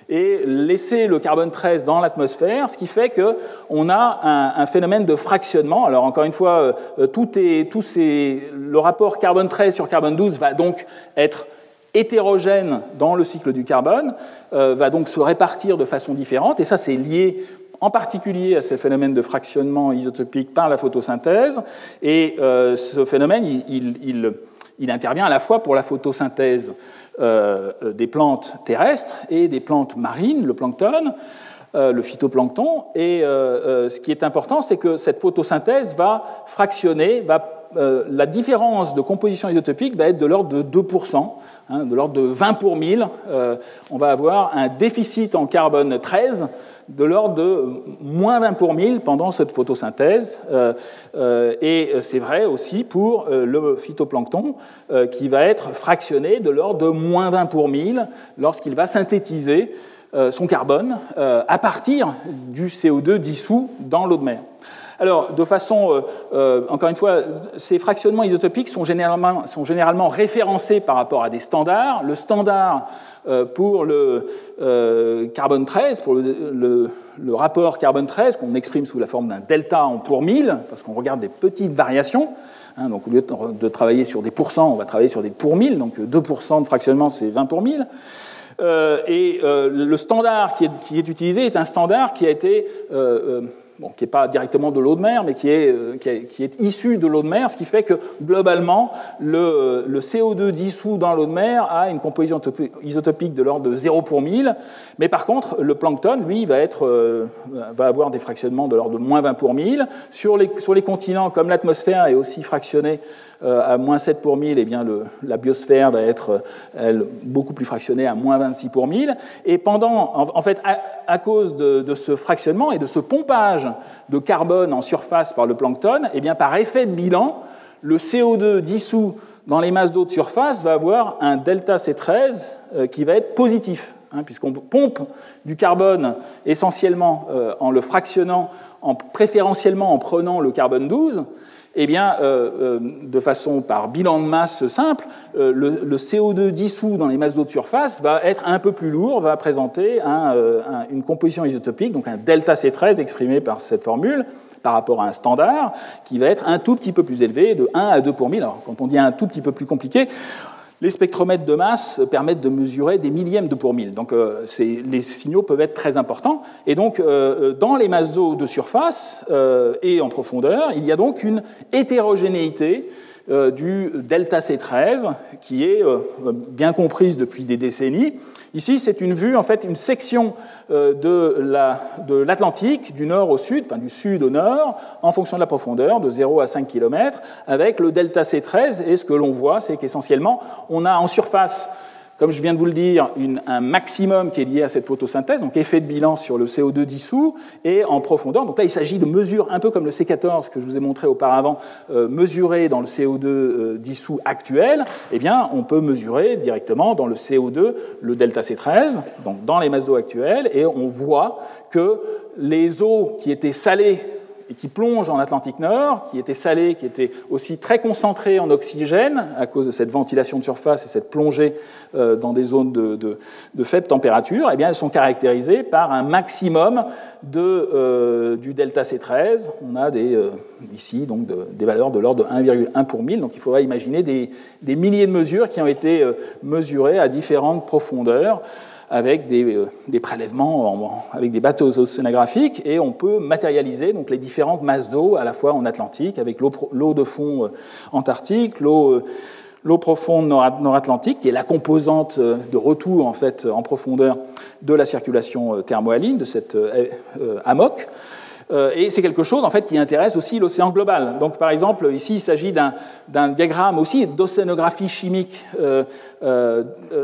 et laisser le carbone treize dans l'atmosphère, ce qui fait qu'on a un, un phénomène de fractionnement. Alors encore une fois, euh, tout est, tout c'est, le rapport carbone treize sur carbone douze va donc être hétérogène dans le cycle du carbone, euh, va donc se répartir de façon différente, et ça c'est lié en particulier à ces phénomènes de fractionnement isotopique par la photosynthèse, et euh, ce phénomène, il, il, il, il intervient à la fois pour la photosynthèse euh, des plantes terrestres et des plantes marines, le plancton, euh, le phytoplancton, et euh, euh, ce qui est important, c'est que cette photosynthèse va fractionner, va Euh, la différence de composition isotopique va être de l'ordre de deux pour cent, hein, de l'ordre de vingt pour mille. Euh, on va avoir un déficit en carbone treize de l'ordre de moins vingt pour mille pendant cette photosynthèse. Euh, euh, et c'est vrai aussi pour euh, le phytoplancton euh, qui va être fractionné de l'ordre de moins vingt pour mille lorsqu'il va synthétiser euh, son carbone euh, à partir du C O deux dissous dans l'eau de mer. Alors, de façon, euh, euh, encore une fois, ces fractionnements isotopiques sont généralement, sont généralement référencés par rapport à des standards. Le standard euh, pour le euh, carbone treize, pour le, le, le rapport carbone treize, qu'on exprime sous la forme d'un delta en pour mille, parce qu'on regarde des petites variations. Hein, donc, au lieu de, de travailler sur des pourcents, on va travailler sur des pour mille. Donc, deux pour cent de fractionnement, c'est vingt pour mille. Euh, et euh, le standard qui est, qui est utilisé est un standard qui a été... Euh, euh, Bon, qui n'est pas directement de l'eau de mer, mais qui est, qui est, qui est issu de l'eau de mer, ce qui fait que, globalement, le, le C O deux dissous dans l'eau de mer a une composition isotopique de l'ordre de zéro pour mille, mais par contre, le plancton, lui, va, être, euh, va avoir des fractionnements de l'ordre de moins vingt pour mille. Sur les, sur les continents, comme l'atmosphère est aussi fractionnée euh, à moins sept pour mille, eh bien le, la biosphère va être, elle, beaucoup plus fractionnée à moins vingt-six pour mille. Et pendant, en, en fait, à, à cause de, de ce fractionnement et de ce pompage de carbone en surface par le plancton, eh bien, par effet de bilan, le C O deux dissous dans les masses d'eau de surface va avoir un delta C treize euh, qui va être positif, hein, puisqu'on pompe du carbone essentiellement euh, en le fractionnant, en, préférentiellement en prenant le carbone douze. Eh bien, euh, euh, de façon par bilan de masse simple, euh, le, le C O deux dissous dans les masses d'eau de surface va être un peu plus lourd, va présenter un, euh, un, une composition isotopique, donc un delta C treize exprimé par cette formule, par rapport à un standard, qui va être un tout petit peu plus élevé, de un à deux pour mille. Alors, quand on dit un tout petit peu plus compliqué, les spectromètres de masse permettent de mesurer des millièmes de pour mille. Donc, euh, les signaux peuvent être très importants. Et donc, euh, dans les masses d'eau de surface euh, et en profondeur, il y a donc une hétérogénéité euh, du delta C treize qui est euh, bien comprise depuis des décennies. Ici, c'est une vue, en fait, une section euh, de, la, de l'Atlantique, du nord au sud, enfin du sud au nord, en fonction de la profondeur, de zéro à cinq kilomètres, avec le delta C treize. Et ce que l'on voit, c'est qu'essentiellement, on a en surface, comme je viens de vous le dire, une, un maximum qui est lié à cette photosynthèse, donc effet de bilan sur le C O deux dissous, et en profondeur. Donc là, il s'agit de mesures, un peu comme le C quatorze que je vous ai montré auparavant, euh, mesuré dans le C O deux euh, dissous actuel. Eh bien, on peut mesurer directement dans le C O deux le delta C treize, donc dans les masses d'eau actuelles, et on voit que les eaux qui étaient salées et qui plongent en Atlantique Nord, qui étaient salées, qui étaient aussi très concentrées en oxygène à cause de cette ventilation de surface et cette plongée euh, dans des zones de, de, de faible température, eh bien, elles sont caractérisées par un maximum de, euh, du delta C treize. On a des, euh, ici donc de, des valeurs de l'ordre de un virgule un pour mille, donc il faudra imaginer des, des milliers de mesures qui ont été euh, mesurées à différentes profondeurs, avec des, euh, des prélèvements, en, avec des bateaux océanographiques, et on peut matérialiser donc, les différentes masses d'eau, à la fois en Atlantique, avec l'eau, l'eau de fond euh, antarctique, l'eau, euh, l'eau profonde nord-atlantique, qui est la composante euh, de retour en, fait, en profondeur de la circulation euh, thermohaline, de cette euh, euh, A M O C. Euh, et c'est quelque chose en fait, qui intéresse aussi l'océan global. Donc, par exemple, ici, il s'agit d'un, d'un diagramme aussi d'océanographie chimique euh, euh,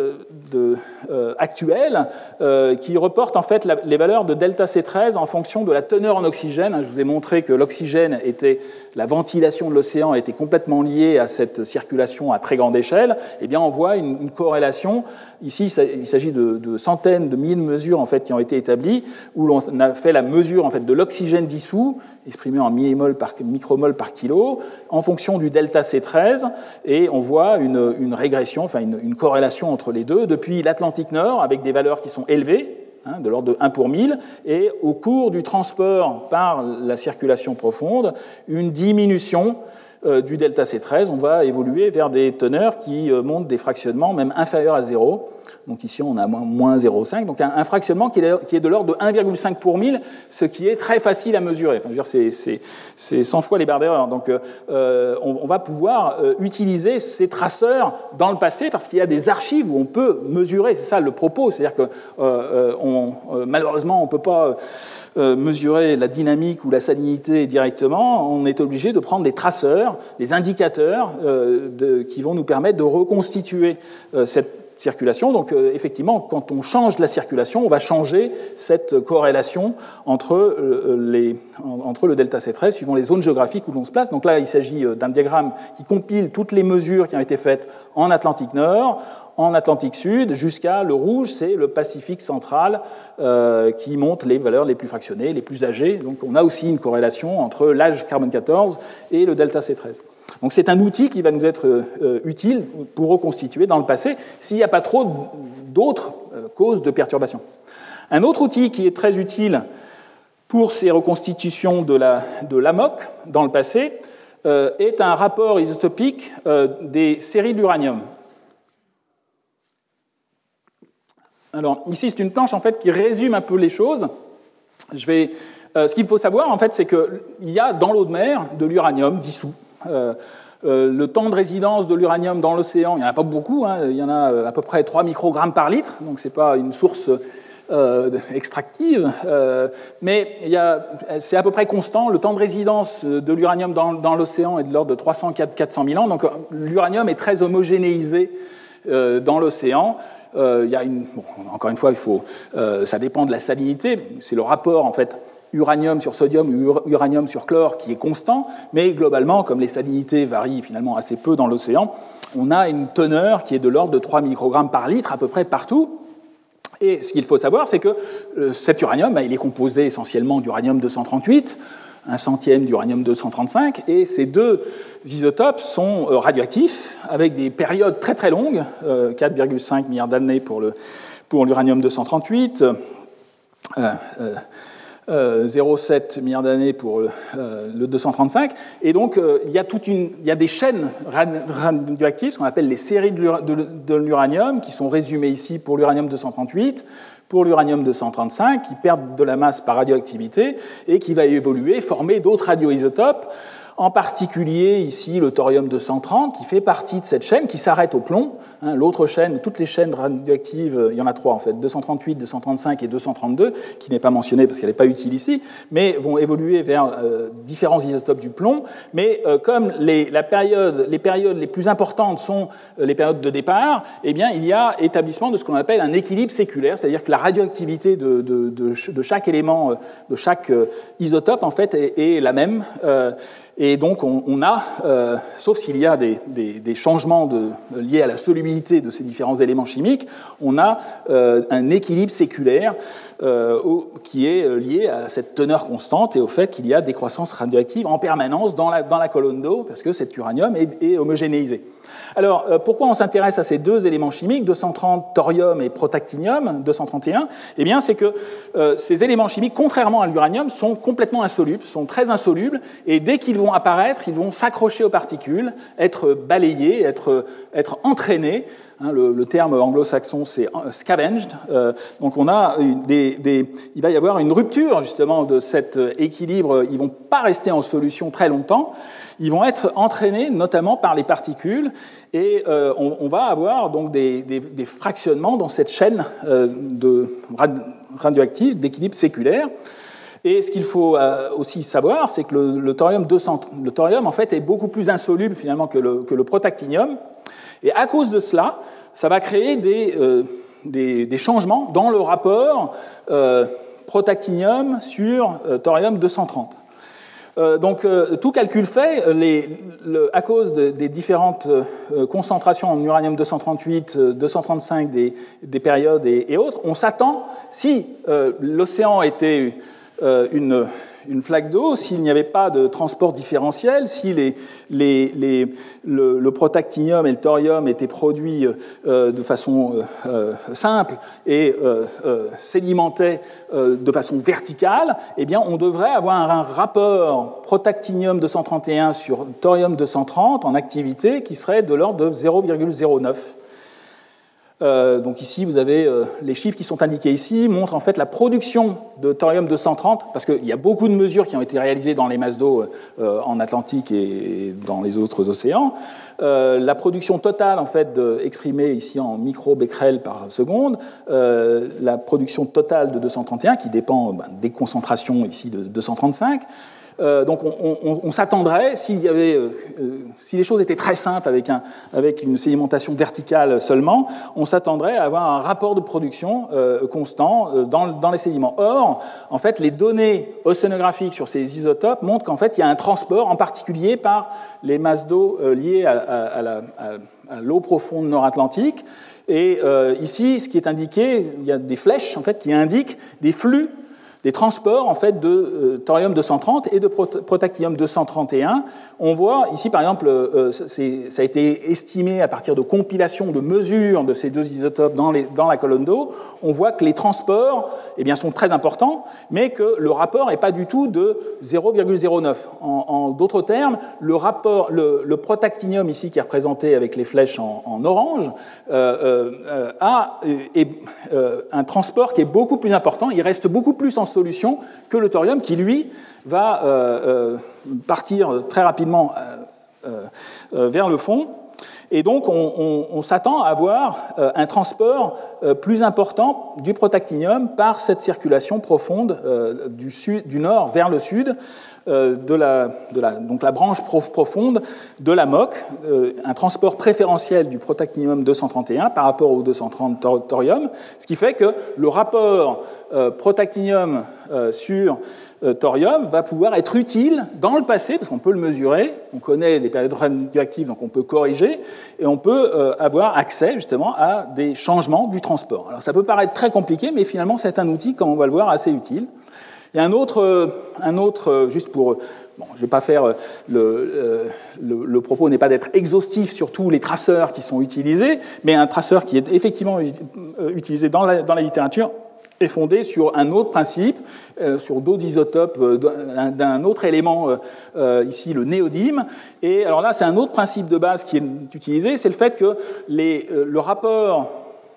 de, euh, actuelle euh, qui reporte en fait la, les valeurs de delta C treize en fonction de la teneur en oxygène. Je vous ai montré que l'oxygène était, la ventilation de l'océan était complètement liée à cette circulation à très grande échelle. Eh bien, on voit une, une corrélation. Ici, il s'agit de, de centaines, de milliers de mesures en fait, qui ont été établies, où l'on a fait la mesure en fait, de l'oxygène dissous, exprimé en millimol par, micromol par kilo, en fonction du delta C treize, et on voit une, une régression, enfin une, une corrélation entre les deux, depuis l'Atlantique Nord, avec des valeurs qui sont élevées, hein, de l'ordre de un pour mille, et au cours du transport par la circulation profonde, une diminution euh, du delta C treize. On va évoluer vers des teneurs qui euh, montrent des fractionnements même inférieurs à zéro. Donc ici, on a moins zéro virgule cinq, donc un, un fractionnement qui est, qui est de l'ordre de un virgule cinq pour mille, ce qui est très facile à mesurer. Enfin, je veux dire, c'est, c'est, c'est cent fois les barres d'erreur. Donc euh, on, on va pouvoir euh, utiliser ces traceurs dans le passé parce qu'il y a des archives où on peut mesurer. C'est ça le propos. C'est-à-dire que euh, on, euh, malheureusement, on ne peut pas euh, mesurer la dynamique ou la salinité directement. On est obligé de prendre des traceurs, des indicateurs euh, de, qui vont nous permettre de reconstituer euh, cette circulation. Donc, euh, effectivement, quand on change la circulation, on va changer cette corrélation entre, euh, les, entre le delta C treize suivant les zones géographiques où l'on se place. Donc là, il s'agit d'un diagramme qui compile toutes les mesures qui ont été faites en Atlantique Nord, en Atlantique Sud, jusqu'à le rouge, c'est le Pacifique central euh, qui montre les valeurs les plus fractionnées, les plus âgées. Donc on a aussi une corrélation entre l'âge carbone quatorze et le delta C treize. Donc c'est un outil qui va nous être euh, utile pour reconstituer dans le passé s'il n'y a pas trop d'autres euh, causes de perturbation. Un autre outil qui est très utile pour ces reconstitutions de la, de l'A M O C dans le passé euh, est un rapport isotopique euh, des séries d'uranium. Alors ici c'est une planche en fait qui résume un peu les choses. Je vais, euh, ce qu'il faut savoir en fait c'est qu'il y a dans l'eau de mer de l'uranium dissous. Euh, euh, le temps de résidence de l'uranium dans l'océan, il n'y en a pas beaucoup, hein, il y en a à peu près trois microgrammes par litre, donc ce n'est pas une source euh, extractive, euh, mais il y a, c'est à peu près constant. Le temps de résidence de l'uranium dans, dans l'océan est de l'ordre de trois cents à quatre cents mille ans, donc l'uranium est très homogénéisé euh, dans l'océan. Euh, il y a une, bon, encore une fois, il faut, euh, ça dépend de la salinité, c'est le rapport en fait uranium sur sodium ou uranium sur chlore qui est constant, mais globalement, comme les salinités varient finalement assez peu dans l'océan, on a une teneur qui est de l'ordre de trois microgrammes par litre à peu près partout. Et ce qu'il faut savoir, c'est que cet uranium, il est composé essentiellement d'uranium deux cent trente-huit, un centième d'uranium deux cent trente-cinq, et ces deux isotopes sont radioactifs avec des périodes très très longues, quatre virgule cinq milliards d'années pour, le, pour l'uranium deux cent trente-huit, euh, euh, Euh, zéro virgule sept milliards d'années pour euh, le deux cent trente-cinq. Et donc, euh, il, y a toute une, il y a des chaînes radioactives, ce qu'on appelle les séries de l'uranium, qui sont résumées ici pour l'uranium deux cent trente-huit, pour l'uranium deux cent trente-cinq, qui perdent de la masse par radioactivité et qui va évoluer, former d'autres radioisotopes, en particulier ici le thorium deux cent trente, qui fait partie de cette chaîne, qui s'arrête au plomb. Hein, l'autre chaîne, toutes les chaînes radioactives, il y en a trois en fait, deux cent trente-huit, deux cent trente-cinq et deux cent trente-deux, qui n'est pas mentionnée parce qu'elle n'est pas utile ici, mais vont évoluer vers euh, différents isotopes du plomb. Mais euh, comme les, la période, les périodes les plus importantes sont euh, les périodes de départ, eh bien, il y a établissement de ce qu'on appelle un équilibre séculaire, c'est-à-dire que la radioactivité de, de, de, de chaque élément, de chaque euh, isotope, en fait, est, est la même. Euh, Et donc, on, on a, euh, sauf s'il y a des, des, des changements de, liés à la solubilité de ces différents éléments chimiques, on a euh, un équilibre séculaire euh, au, qui est lié à cette teneur constante et au fait qu'il y a des croissances radioactives en permanence dans la, dans la colonne d'eau, parce que cet uranium est, est homogénéisé. Alors, euh, pourquoi on s'intéresse à ces deux éléments chimiques, deux cent trente thorium et protactinium, deux cent trente et un? Eh bien, c'est que euh, ces éléments chimiques, contrairement à l'uranium, sont complètement insolubles, sont très insolubles, et dès qu'ils vont apparaître, ils vont s'accrocher aux particules, être balayés, être, être entraînés. Hein, le, le terme anglo-saxon, c'est scavenged. Euh, donc, on a des, des, il va y avoir une rupture, justement, de cet équilibre. Ils ne vont pas rester en solution très longtemps. Ils vont être entraînés notamment par les particules et euh, on, on va avoir donc des, des, des fractionnements dans cette chaîne euh, de radioactive d'équilibre séculaire. Et ce qu'il faut euh, aussi savoir, c'est que le, le thorium deux cents, le thorium en fait est beaucoup plus insoluble finalement que le, que le protactinium. Et à cause de cela, ça va créer des, euh, des, des changements dans le rapport euh, protactinium sur euh, thorium deux cent trente. Euh, donc, euh, tout calcul fait, les, le, à cause de, des différentes euh, concentrations en uranium deux cent trente-huit, euh, deux cent trente-cinq des, des périodes et, et autres, on s'attend, si euh, l'océan était euh, une, une flaque d'eau, s'il n'y avait pas de transport différentiel, si les, les, les, le, le protactinium et le thorium étaient produits euh, de façon euh, simple et euh, euh, sédimentaient euh, de façon verticale, eh bien, on devrait avoir un, un rapport protactinium deux cent trente et un sur thorium deux cent trente en activité qui serait de l'ordre de zéro virgule zéro neuf. Euh, donc ici, vous avez euh, les chiffres qui sont indiqués ici, montrent en fait la production de thorium deux cent trente, parce qu'il y a beaucoup de mesures qui ont été réalisées dans les masses d'eau euh, en Atlantique et dans les autres océans. Euh, la production totale, en fait, de, exprimée ici en micro-becquerel par seconde, euh, la production totale de deux cent trente et un, qui dépend ben, des concentrations ici de deux cent trente-cinq. Euh, donc on, on, on s'attendrait, s'il y avait, euh, si les choses étaient très simples avec, un, avec une sédimentation verticale seulement, on s'attendrait à avoir un rapport de production euh, constant euh, dans, dans les sédiments. Or, en fait, les données océanographiques sur ces isotopes montrent qu'en fait, il y a un transport, en particulier par les masses d'eau euh, liées à, à, à, la, à, à l'eau profonde nord-atlantique. Et euh, ici, ce qui est indiqué, il y a des flèches en fait, qui indiquent des flux, des transports en fait, de euh, thorium deux cent trente et de prot- protactinium deux cent trente et un. On voit ici, par exemple, euh, c'est, ça a été estimé à partir de compilations, de mesures de ces deux isotopes dans, les, dans la colonne d'eau. On voit que les transports eh bien, sont très importants, mais que le rapport n'est pas du tout de zéro virgule zéro neuf. En, en d'autres termes, le, rapport, le, le protactinium ici, qui est représenté avec les flèches en, en orange, euh, euh, a et, euh, un transport qui est beaucoup plus important. Il reste beaucoup plus en solution que le thorium qui, lui, va euh, euh, partir très rapidement euh, euh, vers le fond. Et donc, on, on, on s'attend à avoir euh, un transport euh, plus important du protactinium par cette circulation profonde euh, du, sud, du nord vers le sud, euh, de, la, de la, donc la branche prof, profonde de la M O C, euh, un transport préférentiel du protactinium deux cent trente et un par rapport au deux cent trente thorium, ce qui fait que le rapport euh, protactinium euh, sur euh, thorium va pouvoir être utile dans le passé, parce qu'on peut le mesurer, on connaît les périodes radioactives, donc on peut corriger, et on peut euh, avoir accès justement à des changements du transport. Alors ça peut paraître très compliqué, mais finalement c'est un outil, comme on va le voir, assez utile. Il y a un autre, un autre juste pour... Bon, je ne vais pas faire... Le, le, le propos n'est pas d'être exhaustif sur tous les traceurs qui sont utilisés, mais un traceur qui est effectivement utilisé dans la, dans la littérature est fondé sur un autre principe, euh, sur d'autres isotopes euh, d'un, d'un autre élément, euh, euh, ici le néodyme. Et alors là, c'est un autre principe de base qui est utilisé, c'est le fait que les, euh, le rapport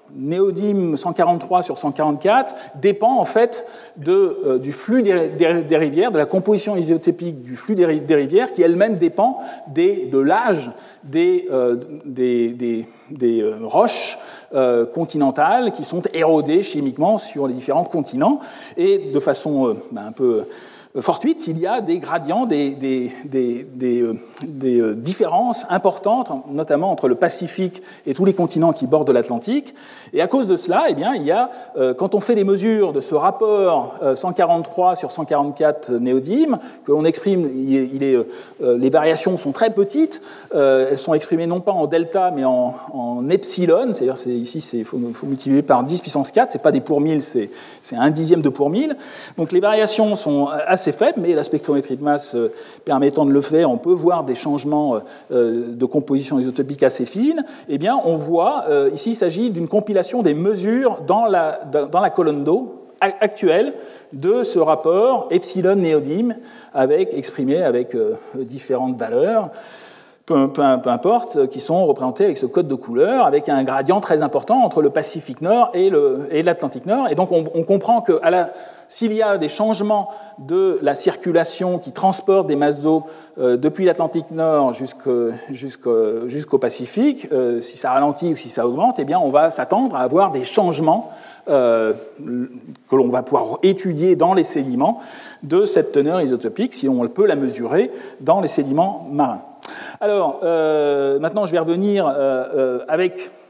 néodyme cent quarante-trois sur cent quarante-quatre dépend en fait de, euh, du flux des, des, des rivières, de la composition isotopique du flux des, des rivières, qui elle-même dépend des, de l'âge des, euh, des, des, des euh, roches Euh, continentales qui sont érodées chimiquement sur les différents continents. Et de façon euh, ben, un peu euh, fortuite, il y a des gradients, des, des, des, des, euh, des euh, différences importantes, notamment entre le Pacifique et tous les continents qui bordent l'Atlantique. Et à cause de cela, eh bien, il y a, euh, quand on fait des mesures de ce rapport euh, cent quarante-trois sur cent quarante-quatre néodyme, que l'on exprime, il est, il est, euh, les variations sont très petites, euh, elles sont exprimées non pas en delta, mais en, en epsilon, c'est-à-dire c'est, ici, il faut, faut multiplier par dix puissance quatre, c'est pas des pour mille, c'est, c'est un dixième de pour mille. Donc les variations sont assez faibles, mais la spectrométrie de masse euh, permettant de le faire, on peut voir des changements euh, de composition isotopique assez fines. Eh bien, on voit, euh, ici, il s'agit d'une compilation des mesures dans la, dans la colonne d'eau actuelle de ce rapport epsilon-néodyme, avec, exprimé avec euh, différentes valeurs, peu, peu, peu importe, qui sont représentées avec ce code de couleur, avec un gradient très important entre le Pacifique Nord et, le, et l'Atlantique Nord. Et donc on, on comprend que à la, s'il y a des changements de la circulation qui transportent des masses d'eau euh, depuis l'Atlantique Nord jusqu'au, jusqu'au, jusqu'au Pacifique, euh, si ça ralentit ou si ça augmente, eh bien on va s'attendre à avoir des changements euh, que l'on va pouvoir étudier dans les sédiments de cette teneur isotopique, si on peut la mesurer dans les sédiments marins. Alors, euh, maintenant je vais revenir euh, euh, avec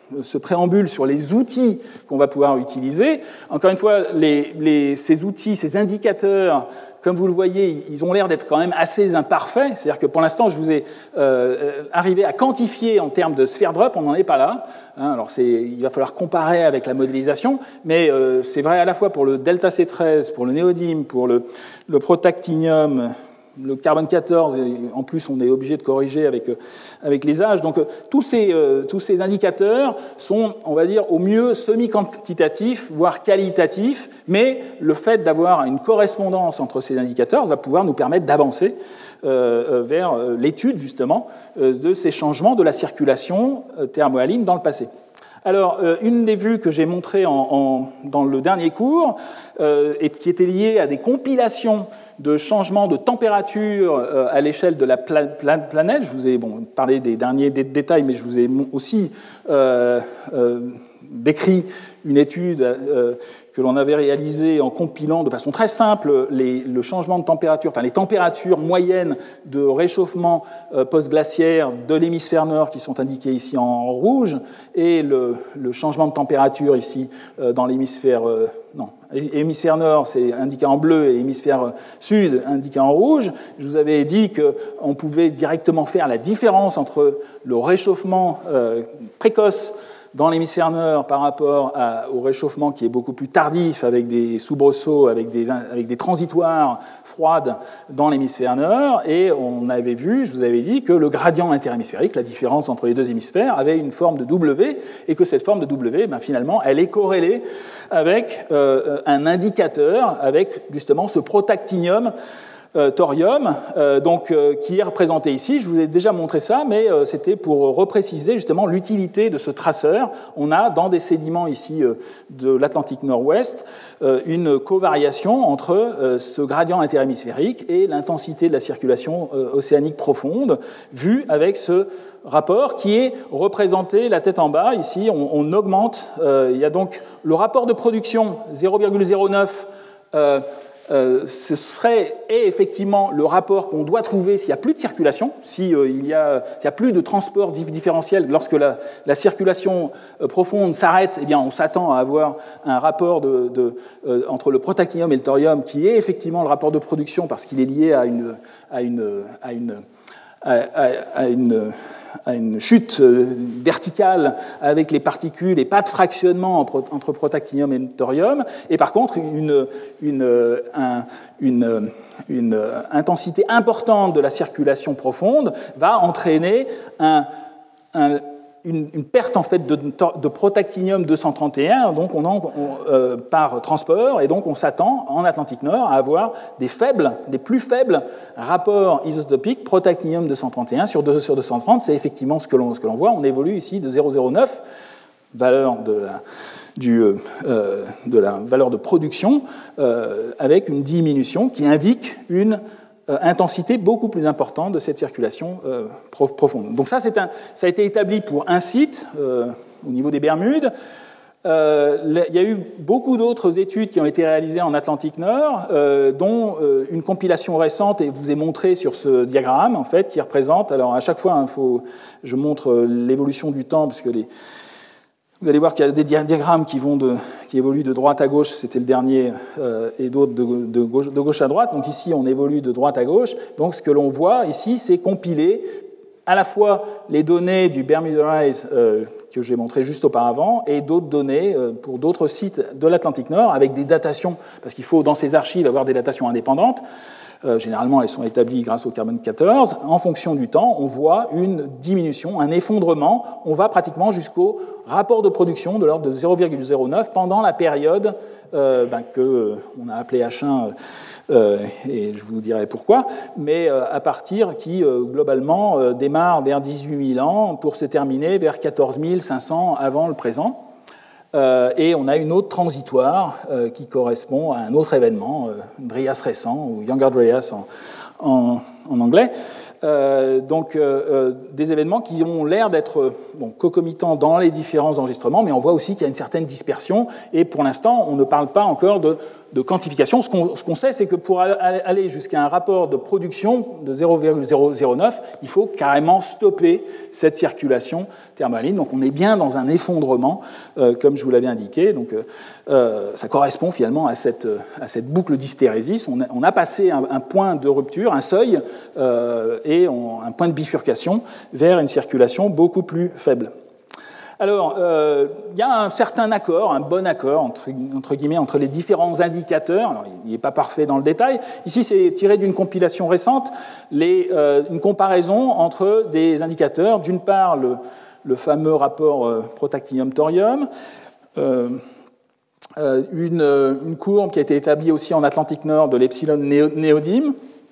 ce préambule sur les outils qu'on va pouvoir utiliser. Encore une fois, les, les, ces outils, ces indicateurs, comme vous le voyez, ils ont l'air d'être quand même assez imparfaits. C'est-à-dire que pour l'instant, je vous ai euh, arrivé à quantifier en termes de sphere drop, on n'en est pas là. Hein, alors c'est, il va falloir comparer avec la modélisation, mais euh, c'est vrai à la fois pour le delta C treize, pour le néodyme, pour le, le protactinium, le carbone quatorze, et en plus on est obligé de corriger avec, avec les âges. Donc tous ces, euh, tous ces indicateurs sont, on va dire, au mieux semi-quantitatifs, voire qualitatifs, mais le fait d'avoir une correspondance entre ces indicateurs va pouvoir nous permettre d'avancer euh, vers l'étude justement de ces changements de la circulation thermohaline dans le passé. Alors, euh, une des vues que j'ai montrées en, en, dans le dernier cours, euh, et qui était liée à des compilations de changements de température euh, à l'échelle de la pla pla planète. Je vous ai bon, parlé des derniers dé détails, mais je vous ai aussi euh, euh, décrit une étude euh, que l'on avait réalisée en compilant de façon très simple les, le changement de température, enfin les températures moyennes de réchauffement euh, post-glaciaire de l'hémisphère nord qui sont indiquées ici en rouge, et le, le changement de température ici euh, dans l'hémisphère euh, non, hémisphère nord, c'est indiqué en bleu, et hémisphère sud, indiqué en rouge. Je vous avais dit qu'on pouvait directement faire la différence entre le réchauffement euh, précoce dans l'hémisphère nord par rapport à, au réchauffement qui est beaucoup plus tardif, avec des soubresauts, avec des, avec des transitoires froides dans l'hémisphère nord, et on avait vu, je vous avais dit, que le gradient interhémisphérique, la différence entre les deux hémisphères, avait une forme de W, et que cette forme de W, ben, finalement, elle est corrélée avec euh, un indicateur, avec justement ce protactinium, Euh, thorium, euh, donc, euh, qui est représenté ici. Je vous ai déjà montré ça, mais euh, c'était pour repréciser justement l'utilité de ce traceur. On a dans des sédiments ici euh, de l'Atlantique Nord-Ouest euh, une covariation entre euh, ce gradient interhémisphérique et l'intensité de la circulation euh, océanique profonde, vue avec ce rapport qui est représenté la tête en bas. Ici, on, on augmente. Euh, il y a donc le rapport de production zéro virgule zéro neuf. Euh, Euh, ce serait et effectivement le rapport qu'on doit trouver s'il n'y a plus de circulation, s'il euh, y, y a plus de transport différentiel. Lorsque la, la circulation euh, profonde s'arrête, eh bien, on s'attend à avoir un rapport de, de, euh, entre le protactinium et le thorium qui est effectivement le rapport de production parce qu'il est lié à une, à une, à une, à, à, à une à une chute verticale avec les particules et pas de fractionnement entre protactinium et thorium, et par contre une, une, un, une, une intensité importante de la circulation profonde va entraîner un, un Une, une perte en fait de, de protactinium deux cent trente et un, donc on en, on, euh, par transport, et donc on s'attend en Atlantique Nord à avoir des faibles, des plus faibles rapports isotopiques protactinium deux cent trente et un sur deux cent trente. C'est effectivement ce que l'on ce que l'on voit. On évolue ici de zéro virgule zéro neuf, valeur de la, du, euh, de la valeur de production, euh, avec une diminution qui indique une intensité beaucoup plus importante de cette circulation euh, profonde. Donc ça, c'est un, ça a été établi pour un site euh, au niveau des Bermudes. Euh, il y a eu beaucoup d'autres études qui ont été réalisées en Atlantique Nord, euh, dont euh, une compilation récente, et je vous ai montré sur ce diagramme, en fait, qui représente, alors à chaque fois, hein, faut, je montre l'évolution du temps, parce que les Vous allez voir qu'il y a des diagrammes qui, vont de, qui évoluent de droite à gauche, c'était le dernier, euh, et d'autres de, de, gauche, de gauche à droite. Donc ici, on évolue de droite à gauche. Donc ce que l'on voit ici, c'est compiler à la fois les données du Bermuda Rise euh, que j'ai montré juste auparavant, et d'autres données euh, pour d'autres sites de l'Atlantique Nord, avec des datations, parce qu'il faut dans ces archives avoir des datations indépendantes. Euh, généralement, elles sont établies grâce au carbone quatorze. En fonction du temps, on voit une diminution, un effondrement. On va pratiquement jusqu'au rapport de production de l'ordre de zéro virgule zéro neuf pendant la période euh, ben, qu'on a appelée H un, euh, et je vous dirai pourquoi, mais euh, à partir qui, euh, globalement, euh, démarre vers dix-huit mille ans pour se terminer vers quatorze mille cinq cents avant le présent. Euh, et on a une autre transitoire euh, qui correspond à un autre événement, euh, Dryas récent, ou Younger Dryas en, en, en anglais. Euh, donc euh, euh, des événements qui ont l'air d'être bon, concomitants dans les différents enregistrements, mais on voit aussi qu'il y a une certaine dispersion, et pour l'instant, on ne parle pas encore de de quantification. Ce qu'on, ce qu'on sait, c'est que pour aller jusqu'à un rapport de production de zéro virgule zéro zéro neuf, il faut carrément stopper cette circulation thermaline. Donc on est bien dans un effondrement, euh, comme je vous l'avais indiqué. Donc euh, ça correspond finalement à cette, à cette boucle d'hystérésis. On a, on a passé un, un point de rupture, un seuil, euh, et on, un point de bifurcation vers une circulation beaucoup plus faible. Alors, euh, il y a un certain accord, un bon accord, entre, entre guillemets, entre les différents indicateurs. Alors, il n'est pas parfait dans le détail. Ici, c'est tiré d'une compilation récente, les, euh, une comparaison entre des indicateurs. D'une part, le, le fameux rapport euh, protactinium-thorium, euh, euh, une, une courbe qui a été établie aussi en Atlantique Nord de l'epsilon néodyme,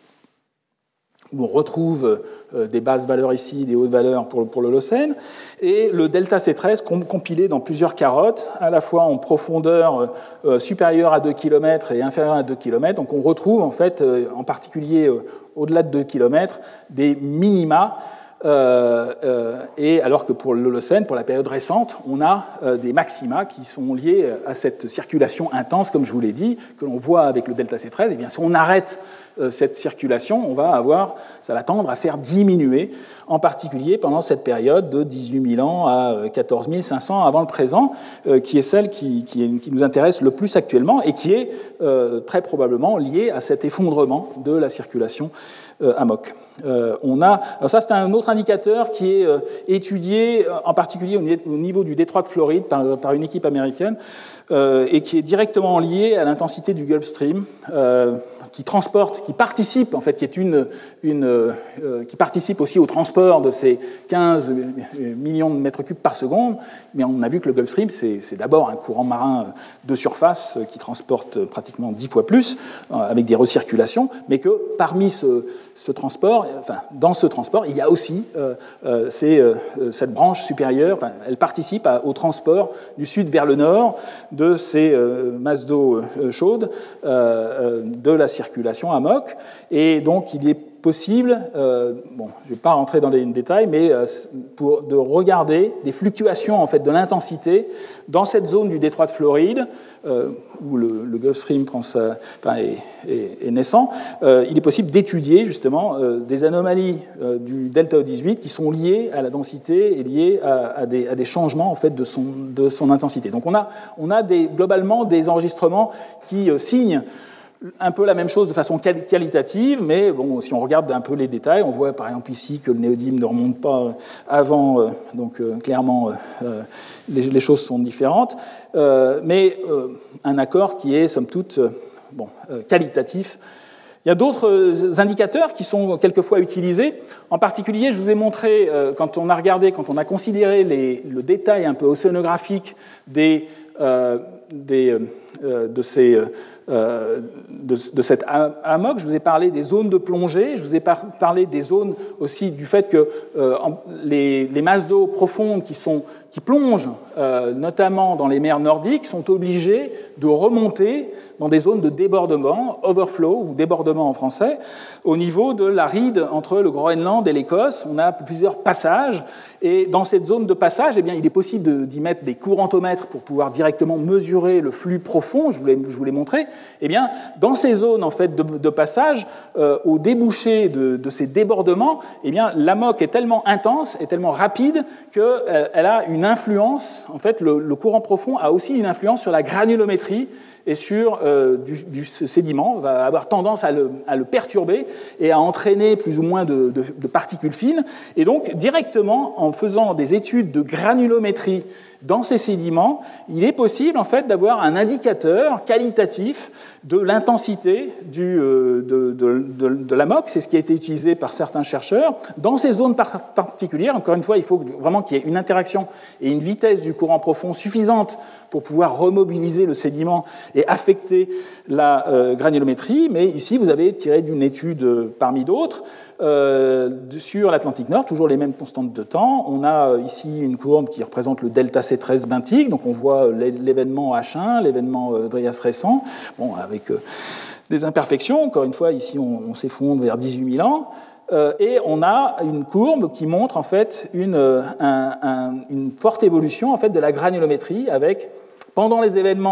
où on retrouve euh, des basses valeurs ici, des hautes valeurs pour, pour l'Holocène, et le delta C treize compilé dans plusieurs carottes, à la fois en profondeur euh, supérieure à deux kilomètres et inférieure à deux kilomètres. Donc on retrouve en fait, euh, en particulier euh, au-delà de deux kilomètres, des minima, euh, euh, et alors que pour l'Holocène, pour la période récente, on a euh, des maxima qui sont liés à cette circulation intense, comme je vous l'ai dit, que l'on voit avec le delta C treize. Et bien si on arrête cette circulation, on va avoir, ça va tendre à faire diminuer, en particulier pendant cette période de dix-huit mille ans à quatorze mille cinq cents avant le présent, euh, qui est celle qui, qui, est, qui nous intéresse le plus actuellement et qui est euh, très probablement liée à cet effondrement de la circulation euh, amok. Euh, on a, alors ça, c'est un autre indicateur qui est euh, étudié en particulier au niveau du détroit de Floride par, par une équipe américaine euh, et qui est directement lié à l'intensité du Gulf Stream. Euh, qui transporte, qui participe, en fait, qui est une, une euh, qui participe aussi au transport de ces quinze millions de mètres cubes par seconde. Mais on a vu que le Gulf Stream, c'est, c'est d'abord un courant marin de surface qui transporte pratiquement dix fois plus, euh, avec des recirculations, mais que parmi ce, ce transport, enfin, dans ce transport, il y a aussi euh, euh, c'est, euh, cette branche supérieure, enfin, elle participe à, au transport du sud vers le nord de ces euh, masses d'eau euh, chaudes, euh, de la circulation amok, et donc il est possible, euh, bon, je ne vais pas rentrer dans les détails, mais euh, pour, de regarder des fluctuations en fait, de l'intensité dans cette zone du détroit de Floride, euh, où le, le Gulf Stream prend sa, enfin, est, est, est naissant, euh, il est possible d'étudier justement euh, des anomalies euh, du delta O dix-huit qui sont liées à la densité et liées à, à, des, à des changements en fait, de, son, de son intensité. Donc on a, on a des, globalement des enregistrements qui euh, signent un peu la même chose de façon qualitative, mais bon, si on regarde un peu les détails, on voit par exemple ici que le néodyme ne remonte pas avant, euh, donc euh, clairement euh, les, les choses sont différentes, euh, mais euh, un accord qui est somme toute euh, bon, euh, qualitatif. Il y a d'autres indicateurs qui sont quelquefois utilisés. En particulier, je vous ai montré, euh, quand on a regardé, quand on a considéré les, le détail un peu océanographique des, euh, des, euh, de ces... Euh, de, de cette amok, je vous ai parlé des zones de plongée, je vous ai par, parlé des zones aussi du fait que euh, en, les, les masses d'eau profondes qui, sont, qui plongent, euh, notamment dans les mers nordiques, sont obligées de remonter dans des zones de débordement, overflow ou débordement en français, au niveau de la ride entre le Groenland et l'Écosse. On a plusieurs passages, et dans cette zone de passage, eh bien, il est possible d'y mettre des courantomètres pour pouvoir directement mesurer le flux profond, je vous l'ai, je vous l'ai montré. Eh bien, dans ces zones en fait, de, de passage, euh, au débouché de, de ces débordements, eh bien, l'amok est tellement intense et tellement rapide qu'elle euh, a une influence, en fait, le, le courant profond a aussi une influence sur la granulométrie et sur euh, du, du sédiment, va avoir tendance à le, à le perturber et à entraîner plus ou moins de, de, de particules fines. Et donc, directement, en faisant des études de granulométrie dans ces sédiments, il est possible en fait d'avoir un indicateur qualitatif de l'intensité du, euh, de, de, de, de l'amok. C'est ce qui a été utilisé par certains chercheurs. Dans ces zones par particulières, encore une fois, il faut vraiment qu'il y ait une interaction et une vitesse du courant profond suffisante pour pouvoir remobiliser le sédiment et affecter la euh, granulométrie. Mais ici, vous avez tiré d'une étude euh, parmi d'autres, Euh, sur l'Atlantique Nord, toujours les mêmes constantes de temps. On a ici une courbe qui représente le delta C treize benthique, donc on voit l'événement H un, l'événement Dryas récent, bon, avec des imperfections. Encore une fois, ici on, on s'effondre vers dix-huit mille ans. Euh, et on a une courbe qui montre en fait une, un, un, une forte évolution en fait, de la granulométrie avec, pendant les événements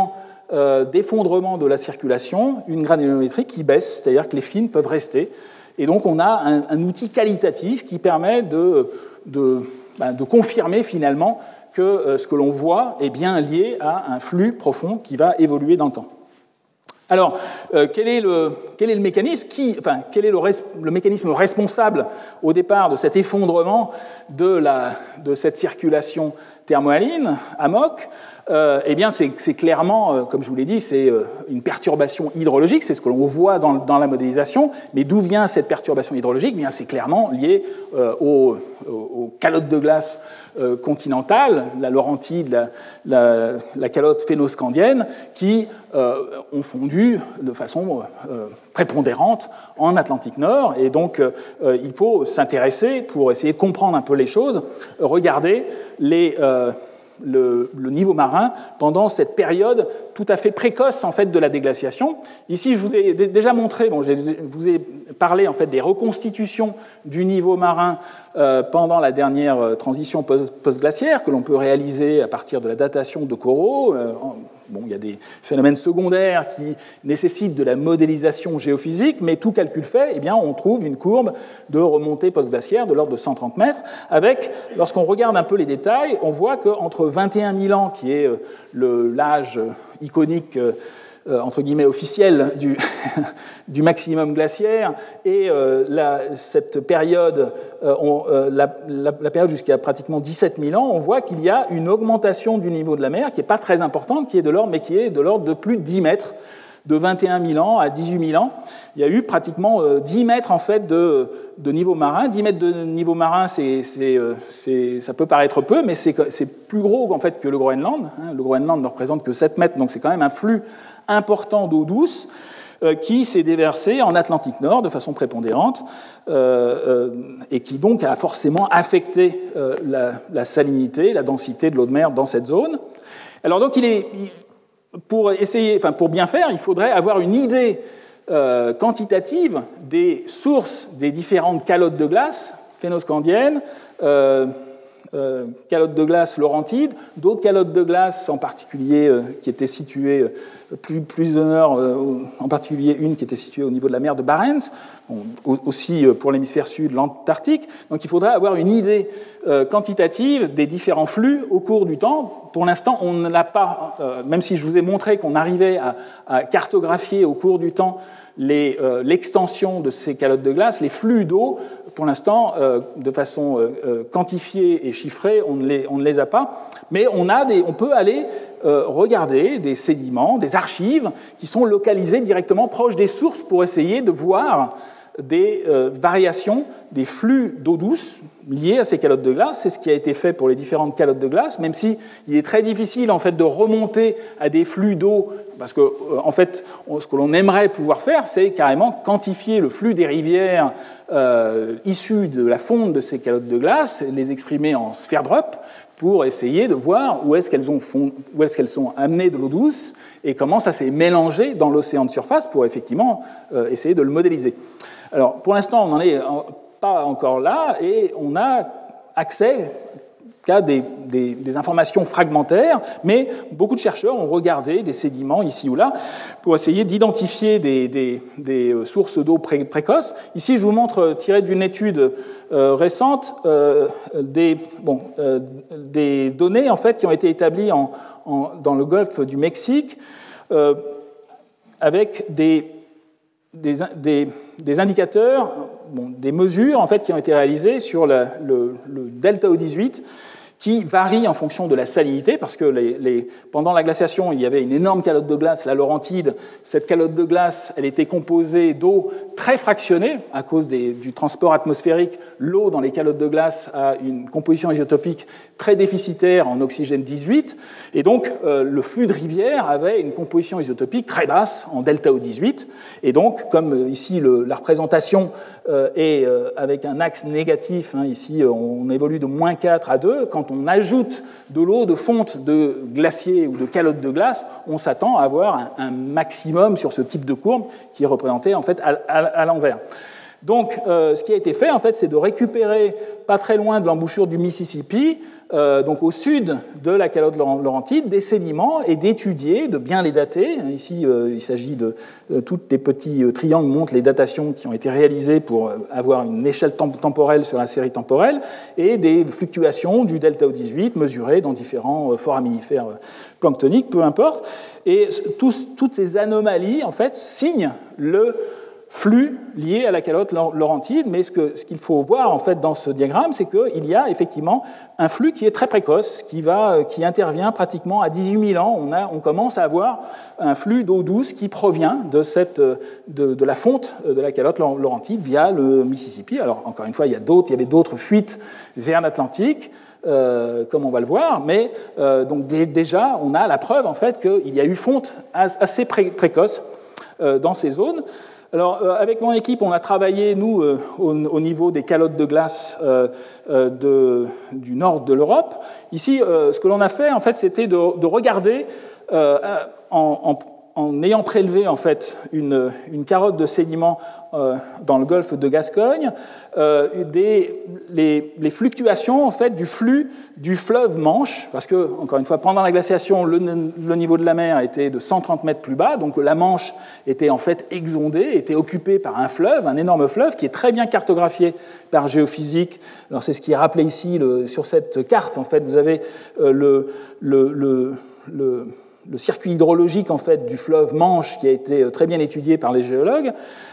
euh, d'effondrement de la circulation, une granulométrie qui baisse, c'est-à-dire que les films peuvent rester. Et donc on a un, un outil qualitatif qui permet de, de, ben, de confirmer finalement que euh, ce que l'on voit est bien lié à un flux profond qui va évoluer dans le temps. Alors, euh, quel, est le, quel est le mécanisme qui, enfin, quel est le, res, le mécanisme responsable au départ de cet effondrement de, la, de cette circulation thermohaline, A M O C? Euh, eh bien, c'est, c'est clairement, euh, comme je vous l'ai dit, c'est euh, une perturbation hydrologique, c'est ce que l'on voit dans, dans la modélisation. Mais d'où vient cette perturbation hydrologique? Eh bien, c'est clairement lié euh, aux, aux calottes de glace euh, continentales, la Laurentide, la, la, la calotte phénoscandienne, qui euh, ont fondu de façon euh, prépondérante en Atlantique Nord. Et donc, euh, il faut s'intéresser, pour essayer de comprendre un peu les choses, regarder les... Euh, Le, le niveau marin pendant cette période tout à fait précoce en fait de la déglaciation. Ici, je vous ai déjà montré, bon, je vous ai parlé en fait des reconstitutions du niveau marin euh, pendant la dernière transition post-glaciaire que l'on peut réaliser à partir de la datation de coraux. Euh, bon, il y a des phénomènes secondaires qui nécessitent de la modélisation géophysique, mais tout calcul fait, eh bien, on trouve une courbe de remontée post-glaciaire de l'ordre de cent trente mètres. Avec, lorsqu'on regarde un peu les détails, on voit qu'entre vingt et un mille ans, qui est le, l'âge iconique, euh, entre guillemets, officiel du, du maximum glaciaire, et euh, la, cette période, euh, on, euh, la, la, la période jusqu'à pratiquement dix-sept mille ans, on voit qu'il y a une augmentation du niveau de la mer qui n'est pas très importante, qui est de l'ordre, mais qui est de l'ordre de plus de dix mètres, de vingt et un mille ans à dix-huit mille ans. Il y a eu pratiquement euh, dix mètres en fait, de, de niveau marin. dix mètres de niveau marin, c'est, c'est, c'est, ça peut paraître peu, mais c'est, c'est plus gros en fait, que le Groenland. Le Groenland ne représente que sept mètres, donc c'est quand même un flux important d'eau douce euh, qui s'est déversé en Atlantique Nord de façon prépondérante euh, euh, et qui donc a forcément affecté euh, la, la salinité, la densité de l'eau de mer dans cette zone. Alors donc, il est, pour essayer, enfin pour bien faire, il faudrait avoir une idée Euh, quantitative des sources des différentes calottes de glace phénoscandiennes, euh, euh, calottes de glace Laurentide, d'autres calottes de glace en particulier euh, qui étaient situées euh, plus, plus au nord, euh, en particulier une qui était située au niveau de la mer de Barents, bon, aussi euh, pour l'hémisphère sud, l'Antarctique. Donc il faudrait avoir une idée euh, quantitative des différents flux au cours du temps. Pour l'instant, on ne l'a pas, euh, même si je vous ai montré qu'on arrivait à, à cartographier au cours du temps les, euh, l'extension de ces calottes de glace, les flux d'eau, pour l'instant, euh, de façon euh, quantifiée et chiffrée, on ne les, on ne les a pas. Mais on, a des, on peut aller euh, regarder des sédiments, des archives qui sont localisées directement proches des sources pour essayer de voir des euh, variations des flux d'eau douce liés à ces calottes de glace. C'est ce qui a été fait pour les différentes calottes de glace, même si il est très difficile en fait de remonter à des flux d'eau, parce que euh, en fait, on, ce que l'on aimerait pouvoir faire, c'est carrément quantifier le flux des rivières euh, issues de la fonte de ces calottes de glace, les exprimer en Sverdrup, pour essayer de voir où est-ce qu'elles ont fond, où est-ce qu'elles sont amenées de l'eau douce et comment ça s'est mélangé dans l'océan de surface pour effectivement euh, essayer de le modéliser. Alors, pour l'instant, on n'en est pas encore là et on a accès qu'à des, des, des informations fragmentaires, mais beaucoup de chercheurs ont regardé des sédiments ici ou là pour essayer d'identifier des, des, des sources d'eau pré- précoces. Ici, je vous montre, tiré d'une étude euh, récente, euh, des, bon, euh, des données en fait, qui ont été établies en, en, dans le golfe du Mexique euh, avec des Des, des, des indicateurs, bon, des mesures en fait, qui ont été réalisées sur la, le, le delta O dix-huit qui varie en fonction de la salinité, parce que les, les, pendant la glaciation, il y avait une énorme calotte de glace, la Laurentide. Cette calotte de glace, elle était composée d'eau très fractionnée à cause des, du transport atmosphérique. L'eau dans les calottes de glace a une composition isotopique très déficitaire en oxygène dix-huit, et donc euh, le flux de rivière avait une composition isotopique très basse en delta O dix-huit, et donc comme euh, ici le, la représentation euh, est euh, avec un axe négatif, hein, ici on évolue de moins quatre à deux, quand on ajoute de l'eau de fonte de glaciers ou de calottes de glace, on s'attend à avoir un, un maximum sur ce type de courbe qui est représenté en fait à, à, à l'envers. Donc, euh, ce qui a été fait, en fait, c'est de récupérer, pas très loin de l'embouchure du Mississippi, euh, donc au sud de la calotte laurentide, des sédiments et d'étudier, de bien les dater. Ici, euh, il s'agit de euh, tous les petits euh, triangles montrent les datations qui ont été réalisées pour euh, avoir une échelle temp- temporelle sur la série temporelle et des fluctuations du delta O dix-huit mesurées dans différents euh, foraminifères euh, planctoniques, peu importe. Et tous, toutes ces anomalies, en fait, signent le flux lié à la calotte laurentide, mais ce, que, ce qu'il faut voir en fait dans ce diagramme, c'est qu'il y a effectivement un flux qui est très précoce, qui, va, qui intervient pratiquement à dix-huit mille ans. On, a, on commence à avoir un flux d'eau douce qui provient de, cette, de, de la fonte de la calotte laurentide via le Mississippi. Alors encore une fois, il y, a d'autres, il y avait d'autres fuites vers l'Atlantique, Euh, comme on va le voir, mais euh, donc d- déjà, on a la preuve en fait qu'il y a eu fonte assez pré- précoce euh, dans ces zones. Alors, euh, avec mon équipe, on a travaillé, nous, euh, au, au niveau des calottes de glace euh, euh, de, du nord de l'Europe. Ici, euh, ce que l'on a fait, en fait, c'était de, de regarder, euh, en, en, en ayant prélevé, en fait, une, une carotte de sédiments euh, dans le golfe de Gascogne, euh, des, les, les fluctuations, en fait, du flux du fleuve Manche, parce que, encore une fois, pendant la glaciation, le, le niveau de la mer était de cent trente mètres plus bas, donc la Manche était en fait exondée, était occupée par un fleuve, un énorme fleuve qui est très bien cartographié par géophysique. Alors c'est ce qui est rappelé ici le, sur cette carte. En fait, vous avez euh, le, le, le, le, le circuit hydrologique en fait du fleuve Manche qui a été très bien étudié par les géologues.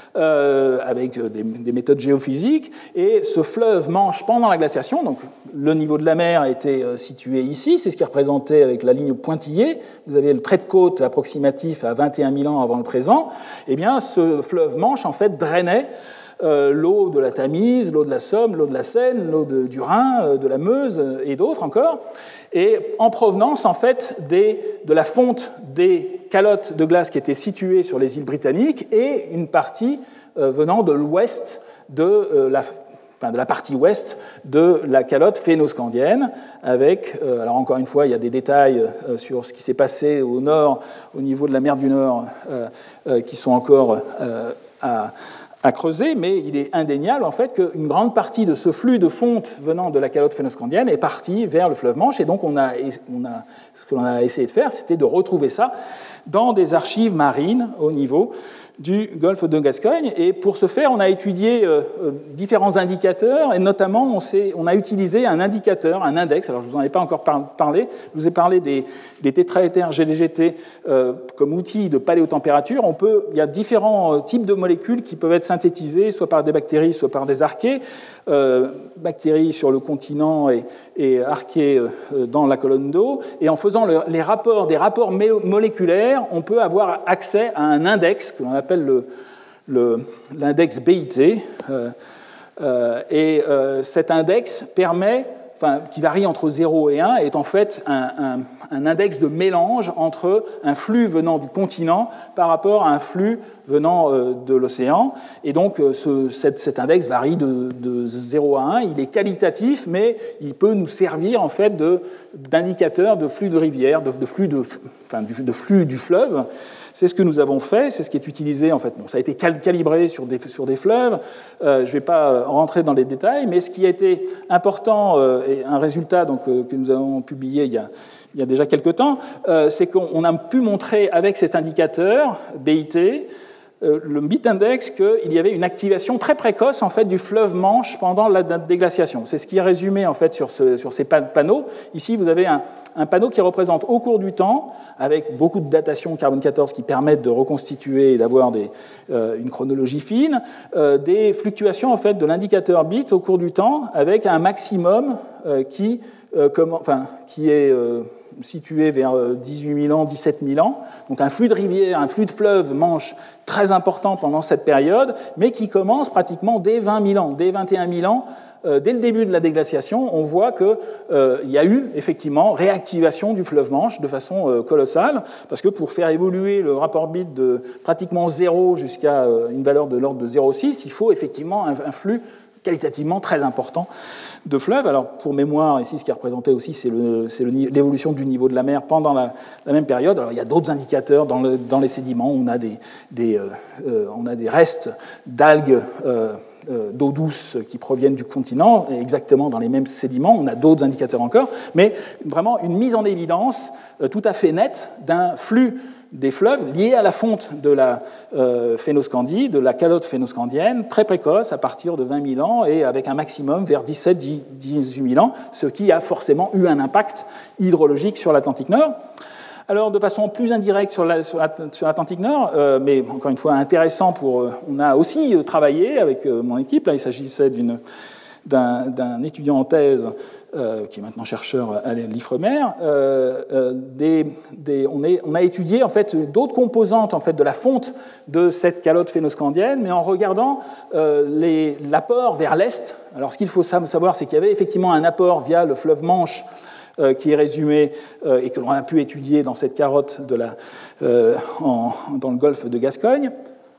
Euh, avec des, des méthodes géophysiques, et ce fleuve Manche pendant la glaciation, donc le niveau de la mer était euh, situé ici, c'est ce qui est représenté avec la ligne pointillée, vous avez le trait de côte approximatif à vingt et un mille ans avant le présent, et bien ce fleuve Manche en fait drainait euh, l'eau de la Tamise, l'eau de la Somme, l'eau de la Seine, l'eau de, du Rhin, euh, de la Meuse et d'autres encore, et en provenance en fait des, de la fonte des calottes de glace qui étaient situées sur les îles britanniques et une partie euh, venant de l'ouest de, euh, la, enfin, de la partie ouest de la calotte phénoscandienne avec, euh, alors encore une fois, il y a des détails euh, sur ce qui s'est passé au nord, au niveau de la mer du Nord, euh, euh, qui sont encore euh, à à creuser, mais il est indéniable en fait qu'une grande partie de ce flux de fonte venant de la calotte phénoscandienne est partie vers le fleuve Manche, et donc on a, on a, ce que l'on a essayé de faire, c'était de retrouver ça dans des archives marines au niveau du golfe de Gascogne. Et pour ce faire, on a étudié euh, différents indicateurs, et notamment on, s'est, on a utilisé un indicateur, un index. Alors je ne vous en ai pas encore par- parlé, je vous ai parlé des, des tétraéthers G D G T euh, comme outil de paléotempérature. On peut, il y a différents types de molécules qui peuvent être synthétisées, soit par des bactéries, soit par des archées. Euh, bactéries sur le continent et, et archées euh, dans la colonne d'eau. Et en faisant le, les rapports, des rapports mé- moléculaires, on peut avoir accès à un index que l'on appelle le, le, l'index B I T. Euh, euh, et euh, cet index permet, enfin, qui varie entre zéro et un, est en fait un, un, un index de mélange entre un flux venant du continent par rapport à un flux venant euh, de l'océan. Et donc, euh, ce, cet, cet index varie de, de zéro à un. Il est qualitatif, mais il peut nous servir en fait de, d'indicateur de flux de rivière, de, de, flux de, enfin, du, de flux du fleuve. C'est ce que nous avons fait, c'est ce qui est utilisé en fait. Bon, ça a été cal- calibré sur des, sur des fleuves, euh, je ne vais pas rentrer dans les détails, mais ce qui a été important, euh, et un résultat donc, euh, que nous avons publié il y a, il y a déjà quelques temps, euh, c'est qu'on a pu montrer avec cet indicateur B I T, euh, le Bitindex, qu'il y avait une activation très précoce en fait, du fleuve Manche pendant la déglaciation. C'est ce qui est résumé en fait, sur, ce, sur ces panneaux. Ici, vous avez un, un panneau qui représente au cours du temps, avec beaucoup de datations carbone quatorze qui permettent de reconstituer et d'avoir des, euh, une chronologie fine, euh, des fluctuations en fait, de l'indicateur bit au cours du temps, avec un maximum euh, qui, euh, comment, enfin, qui est euh, situé vers dix-huit mille ans, dix-sept mille ans. Donc un flux de rivière, un flux de fleuve Manche très important pendant cette période, mais qui commence pratiquement dès vingt mille ans, dès vingt et un mille ans. Euh, dès le début de la déglaciation, on voit qu'il euh, y a eu effectivement réactivation du fleuve Manche de façon euh, colossale, parce que pour faire évoluer le rapport bit de pratiquement zéro jusqu'à euh, une valeur de l'ordre de zéro virgule six, il faut effectivement un, un flux qualitativement très important de fleuves. Alors, pour mémoire, ici, ce qui est représenté aussi, c'est, le, c'est le, l'évolution du niveau de la mer pendant la, la même période. Alors, il y a d'autres indicateurs dans, le, dans les sédiments. On a des, des, euh, on a des restes d'algues euh, euh, d'eau douce qui proviennent du continent, exactement dans les mêmes sédiments. On a d'autres indicateurs encore, mais vraiment une mise en évidence euh, tout à fait nette d'un flux des fleuves liés à la fonte de la euh, Phénoscandie, de la calotte phénoscandienne, très précoce, à partir de vingt mille ans, et avec un maximum vers dix-sept à dix-huit mille ans, ce qui a forcément eu un impact hydrologique sur l'Atlantique Nord. Alors, de façon plus indirecte sur l'Atlantique Nord, euh, mais encore une fois intéressant pour... Euh, on a aussi euh, travaillé avec euh, mon équipe, là il s'agissait d'une, d'un, d'un étudiant en thèse euh, qui est maintenant chercheur à l'Ifremer. Euh, euh, des, des, on, est, on a étudié en fait d'autres composantes en fait, de la fonte de cette calotte phénoscandienne, mais en regardant euh, les, l'apport vers l'est. Alors, ce qu'il faut savoir, c'est qu'il y avait effectivement un apport via le fleuve Manche, Euh, qui est résumé euh, et que l'on a pu étudier dans cette carotte de la, euh, en, dans le golfe de Gascogne.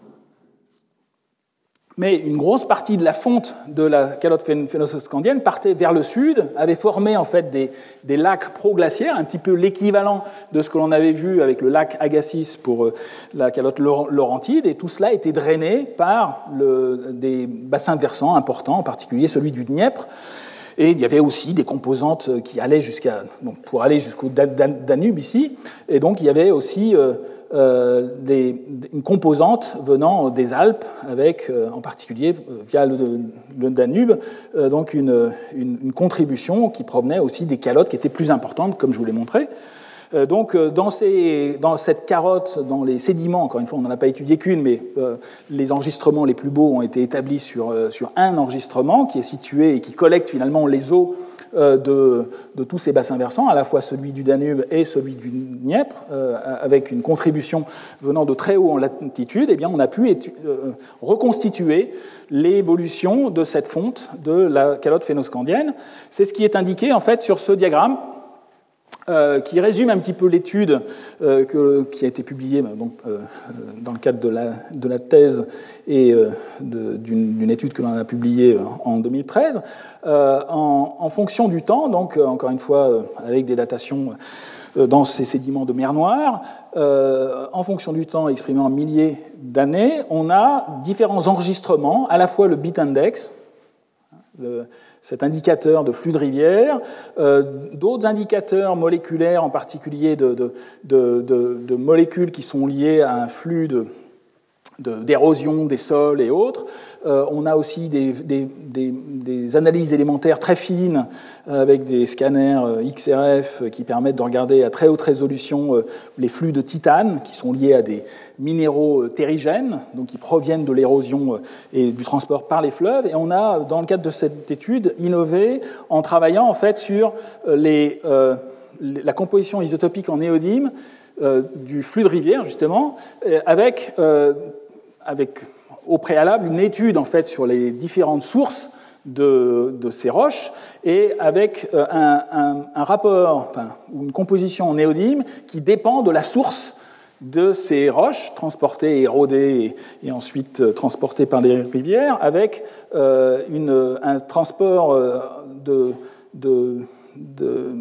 Mais une grosse partie de la fonte de la calotte phénoscandienne partait vers le sud, avait formé en fait des, des lacs proglaciaires, un petit peu l'équivalent de ce que l'on avait vu avec le lac Agassiz pour euh, la calotte laurentide, et tout cela était drainé par le, des bassins versants importants, en particulier celui du Dniepr. Et il y avait aussi des composantes qui allaient jusqu'à, donc pour aller jusqu'au Danube ici, et donc il y avait aussi euh, euh, des, une composante venant des Alpes, avec euh, en particulier euh, via le, le Danube, euh, donc une, une, une contribution qui provenait aussi des calottes qui étaient plus importantes, comme je vous l'ai montré. Donc, dans, ces, dans cette carotte, dans les sédiments, encore une fois, on n'en a pas étudié qu'une, mais euh, les enregistrements les plus beaux ont été établis sur, euh, sur un enregistrement qui est situé et qui collecte finalement les eaux euh, de, de tous ces bassins versants, à la fois celui du Danube et celui du Dniepr, euh, avec une contribution venant de très haut en latitude. Eh bien, on a pu étu- euh, reconstituer l'évolution de cette fonte de la calotte phénoscandienne. C'est ce qui est indiqué en fait sur ce diagramme, Euh, qui résume un petit peu l'étude euh, que, qui a été publiée donc, euh, dans le cadre de la, de la thèse et euh, de, d'une, d'une étude que l'on a publiée en deux mille treize. Euh, en, en fonction du temps, donc encore une fois euh, avec des datations euh, dans ces sédiments de mer Noire, euh, en fonction du temps exprimé en milliers d'années, on a différents enregistrements, à la fois le bit index, le, cet indicateur de flux de rivière, euh, d'autres indicateurs moléculaires, en particulier de, de, de, de, de molécules qui sont liées à un flux de, de, d'érosion des sols et autres. Euh, on a aussi des, des, des, des analyses élémentaires très fines avec des scanners X R F qui permettent de regarder à très haute résolution les flux de titane qui sont liés à des minéraux terrigènes, donc qui proviennent de l'érosion et du transport par les fleuves. Et on a, dans le cadre de cette étude, innové en travaillant en fait sur les, euh, la composition isotopique en néodyme euh, du flux de rivière, justement, avec, euh, avec au préalable une étude en fait sur les différentes sources de, de ces roches, et avec un, un, un rapport, enfin, ou une composition en néodyme qui dépend de la source de ces roches, transportées, érodées et, et ensuite transportées par les rivières, avec euh, une, un transport de, de, de,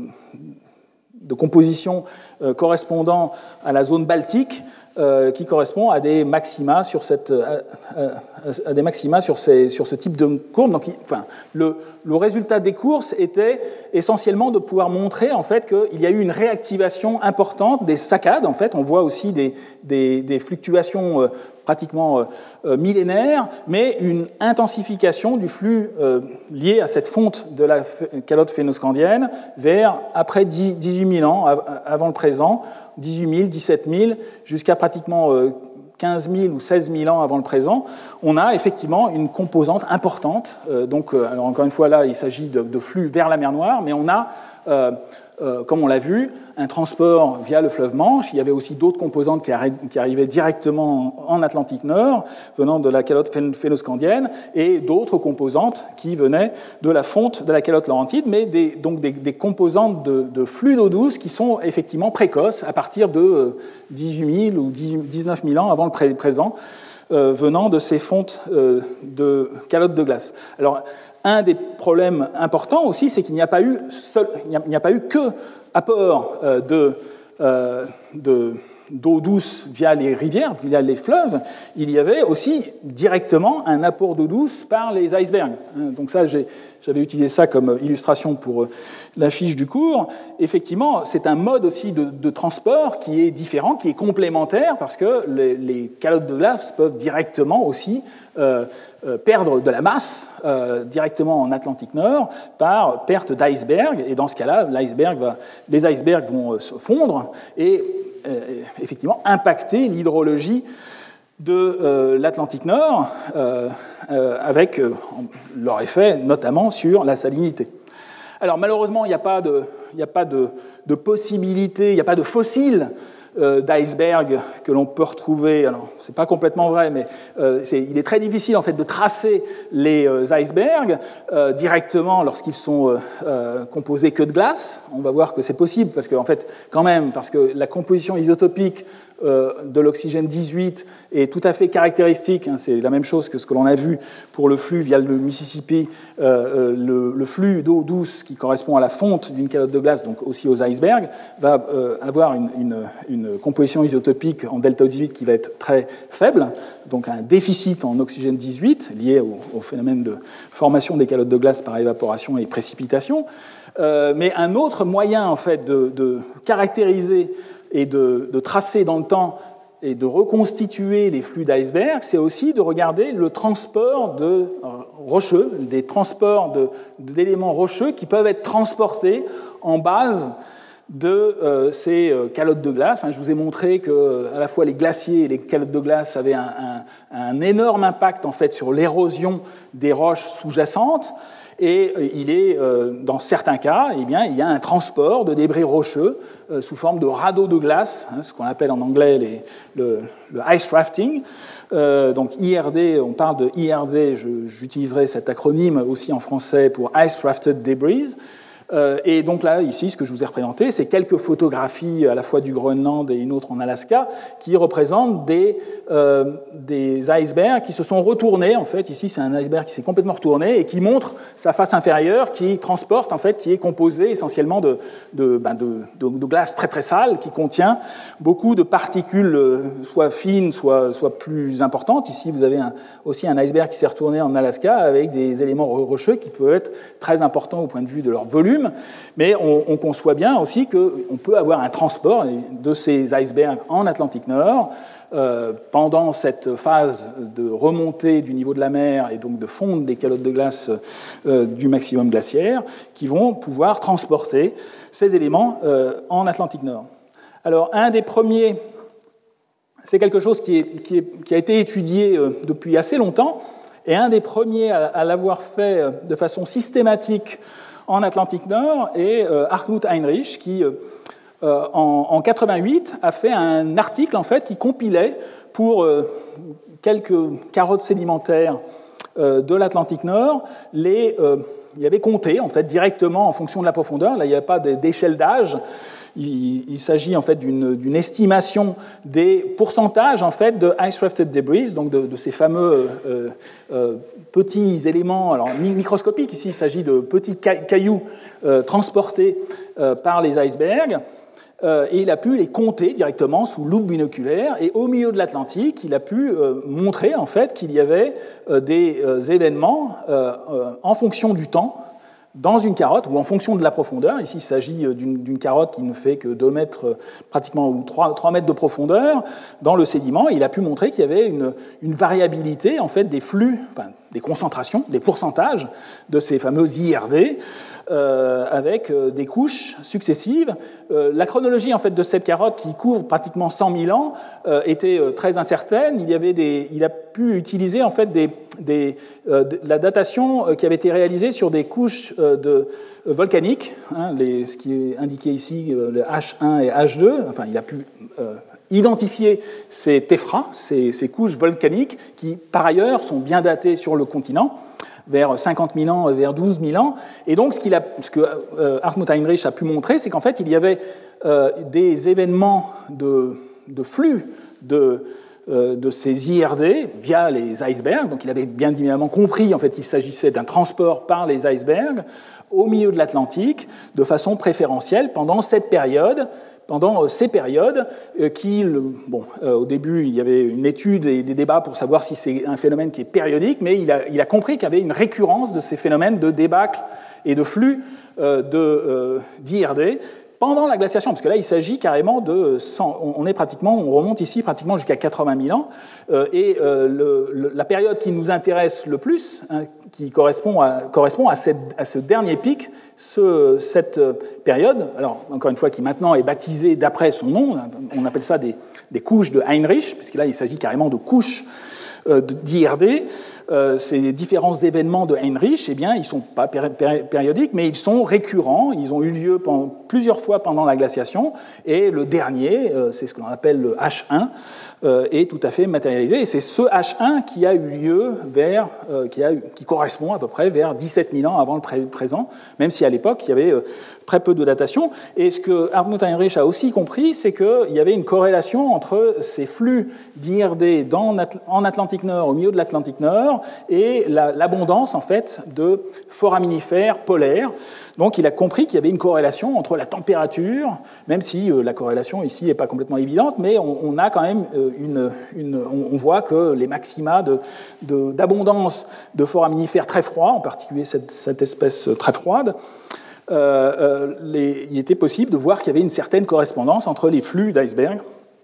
de composition euh, correspondant à la zone baltique, Euh, qui correspond à des maxima sur, cette, à, à, à des maxima sur, ces, sur ce type de courbe. Donc, enfin, le, le résultat des courses était essentiellement de pouvoir montrer en fait, qu'il y a eu une réactivation importante des saccades. En fait. On voit aussi des, des, des fluctuations euh, pratiquement euh, millénaires, mais une intensification du flux euh, lié à cette fonte de la calotte phénoscandienne vers après dix-huit mille ans avant le présent, dix-huit mille, dix-sept mille, jusqu'à pratiquement quinze mille ou seize mille ans avant le présent, on a effectivement une composante importante. Donc, alors encore une fois, là, il s'agit de, de flux vers la mer Noire, mais on a, euh, euh, comme on l'a vu, un transport via le fleuve Manche. Il y avait aussi d'autres composantes qui, arri- qui arrivaient directement en Atlantique Nord, venant de la calotte phénoscandienne, et d'autres composantes qui venaient de la fonte de la calotte laurentide, mais des, donc des, des composantes de, de flux d'eau douce qui sont effectivement précoces à partir de dix-huit mille ou dix-neuf mille ans avant le pré- présent, euh, venant de ces fontes euh, de calottes de glace. Alors, un des problèmes importants aussi, c'est qu'il n'y a pas eu, seul, il n'y a, il n'y a pas eu que apport euh, de, euh, de, d'eau douce via les rivières, via les fleuves, il y avait aussi directement un apport d'eau douce par les icebergs. Donc ça, j'ai, j'avais utilisé ça comme illustration pour l'affiche du cours. Effectivement, c'est un mode aussi de, de transport qui est différent, qui est complémentaire, parce que les, les calottes de glace peuvent directement aussi euh, euh, perdre de la masse euh, directement en Atlantique Nord par perte d'iceberg. Et dans ce cas-là, l'iceberg va, les icebergs vont se fondre et euh, effectivement impacter l'hydrologie de euh, l'Atlantique Nord, euh, euh, avec euh, leur effet notamment sur la salinité. Alors malheureusement, il n'y a pas de, il n'y a pas de, de possibilité, il n'y a pas de fossiles euh, d'iceberg que l'on peut retrouver. Alors, c'est pas complètement vrai, mais euh, c'est, il est très difficile en fait de tracer les euh, icebergs euh, directement lorsqu'ils sont euh, euh, composés que de glace. On va voir que c'est possible parce que en fait, quand même, parce que la composition isotopique euh, de l'oxygène dix-huit est tout à fait caractéristique. Hein, c'est la même chose que ce que l'on a vu pour le flux via le Mississippi, euh, le, le flux d'eau douce qui correspond à la fonte d'une calotte de glace, donc aussi aux icebergs, va euh, avoir une, une, une composition isotopique en delta O dix-huit qui va être très faible, donc un déficit en oxygène dix-huit lié au, au phénomène de formation des calottes de glace par évaporation et précipitation. Euh, mais un autre moyen en fait de, de caractériser et de, de tracer dans le temps et de reconstituer les flux d'iceberg, c'est aussi de regarder le transport de rocheux, des transports de, d'éléments rocheux qui peuvent être transportés en base de euh, ces euh, calottes de glace. Je vous ai montré que à la fois les glaciers et les calottes de glace avaient un, un, un énorme impact en fait sur l'érosion des roches sous-jacentes. Et il est, euh, dans certains cas, eh bien, il y a un transport de débris rocheux euh, sous forme de radeaux de glace, hein, ce qu'on appelle en anglais les, le, le ice rafting. Euh, donc I R D, on parle de I R D, je, j'utiliserai cet acronyme aussi en français pour Ice Rafted Debris. Euh, et donc là, ici, ce que je vous ai représenté, c'est quelques photographies à la fois du Groenland et une autre en Alaska qui représentent des, euh, des icebergs qui se sont retournés. En fait, ici, c'est un iceberg qui s'est complètement retourné et qui montre sa face inférieure qui transporte, en fait, qui est composée essentiellement de, de, ben de, de, de glace très très sale qui contient beaucoup de particules, soit fines, soit, soit plus importantes. Ici, vous avez un, aussi un iceberg qui s'est retourné en Alaska avec des éléments rocheux qui peuvent être très importants au point de vue de leur volume. Mais on, on conçoit bien aussi qu'on peut avoir un transport de ces icebergs en Atlantique Nord euh, pendant cette phase de remontée du niveau de la mer et donc de fonte des calottes de glace euh, du maximum glaciaire qui vont pouvoir transporter ces éléments euh, en Atlantique Nord. Alors, un des premiers, c'est quelque chose qui, est, qui, est, qui a été étudié euh, depuis assez longtemps, et un des premiers à, à l'avoir fait euh, de façon systématique en Atlantique Nord est euh, Hartmut Heinrich qui, euh, en, en quatre-vingt-huit, a fait un article en fait qui compilait pour euh, quelques carottes sédimentaires euh, de l'Atlantique Nord les, euh, il avait compté en fait directement en fonction de la profondeur. Là, il n'y a pas d'échelle d'âge. Il, il s'agit en fait d'une, d'une estimation des pourcentages en fait de ice rafted debris, donc de, de ces fameux euh, euh, petits éléments, alors microscopiques. Ici, il s'agit de petits cailloux euh, transportés euh, par les icebergs. Euh, et il a pu les compter directement sous loupe binoculaire. Et au milieu de l'Atlantique, il a pu euh, montrer en fait qu'il y avait euh, des euh, événements euh, euh, en fonction du temps dans une carotte, ou en fonction de la profondeur. Ici, il s'agit d'une, d'une carotte qui ne fait que deux mètres, pratiquement, ou trois, trois mètres de profondeur dans le sédiment. Et il a pu montrer qu'il y avait une, une variabilité en fait, des flux, enfin, des concentrations, des pourcentages de ces fameux I R D, euh, avec euh, des couches successives. Euh, la chronologie en fait, de cette carotte, qui couvre pratiquement cent mille ans, euh, était euh, très incertaine. Il, y avait des, il a pu utiliser en fait, des, des, euh, de la datation euh, qui avait été réalisée sur des couches euh, de, euh, volcaniques, hein, les, ce qui est indiqué ici, euh, le H un et H deux. Enfin, il a pu euh, identifier ces téphras, ces, ces couches volcaniques, qui par ailleurs sont bien datées sur le continent, vers cinquante mille ans, vers douze mille ans. Et donc, ce, qu'il a, ce que euh, Hartmut Heinrich a pu montrer, c'est qu'en fait, il y avait euh, des événements de, de flux de, euh, de ces I R D via les icebergs. Donc il avait bien évidemment compris en fait, qu'il s'agissait d'un transport par les icebergs au milieu de l'Atlantique de façon préférentielle pendant cette période. Pendant ces périodes, qui, bon, euh, au début, il y avait une étude et des débats pour savoir si c'est un phénomène qui est périodique, mais il a, il a compris qu'il y avait une récurrence de ces phénomènes de débâcle et de flux euh, de, euh, d'I R D pendant la glaciation, parce que là, il s'agit carrément de cent, on est pratiquement, on remonte ici pratiquement jusqu'à quatre-vingt mille ans, euh, et euh, le, le, la période qui nous intéresse le plus, hein, qui correspond à, correspond à, cette, à ce dernier pic, ce, cette période, alors encore une fois, qui maintenant est baptisée d'après son nom, on appelle ça des, des couches de Heinrich, puisque là, il s'agit carrément de couches euh, d'I R D. Euh, ces différents événements de Heinrich, eh bien, ils ne sont pas périodiques, mais ils sont récurrents. Ils ont eu lieu pendant, plusieurs fois pendant la glaciation. Et le dernier, euh, c'est ce que l'on appelle le H un, euh, est tout à fait matérialisé. Et c'est ce H un qui a eu lieu vers, euh, qui, a, qui correspond à peu près vers dix-sept mille ans avant le pré- présent, même si à l'époque, il y avait euh, très peu de datation. Et ce que Hartmut Heinrich a aussi compris, c'est qu'il y avait une corrélation entre ces flux d'I R D dans, en Atlantique Nord, au milieu de l'Atlantique Nord, et la, l'abondance en fait de foraminifères polaires. Donc il a compris qu'il y avait une corrélation entre la température, même si euh, la corrélation ici n'est pas complètement évidente, mais on, on a quand même euh, une, une on, on voit que les maxima de, de, d'abondance de foraminifères très froids, en particulier cette, cette espèce très froide, euh, euh, les, il était possible de voir qu'il y avait une certaine correspondance entre les flux d'iceberg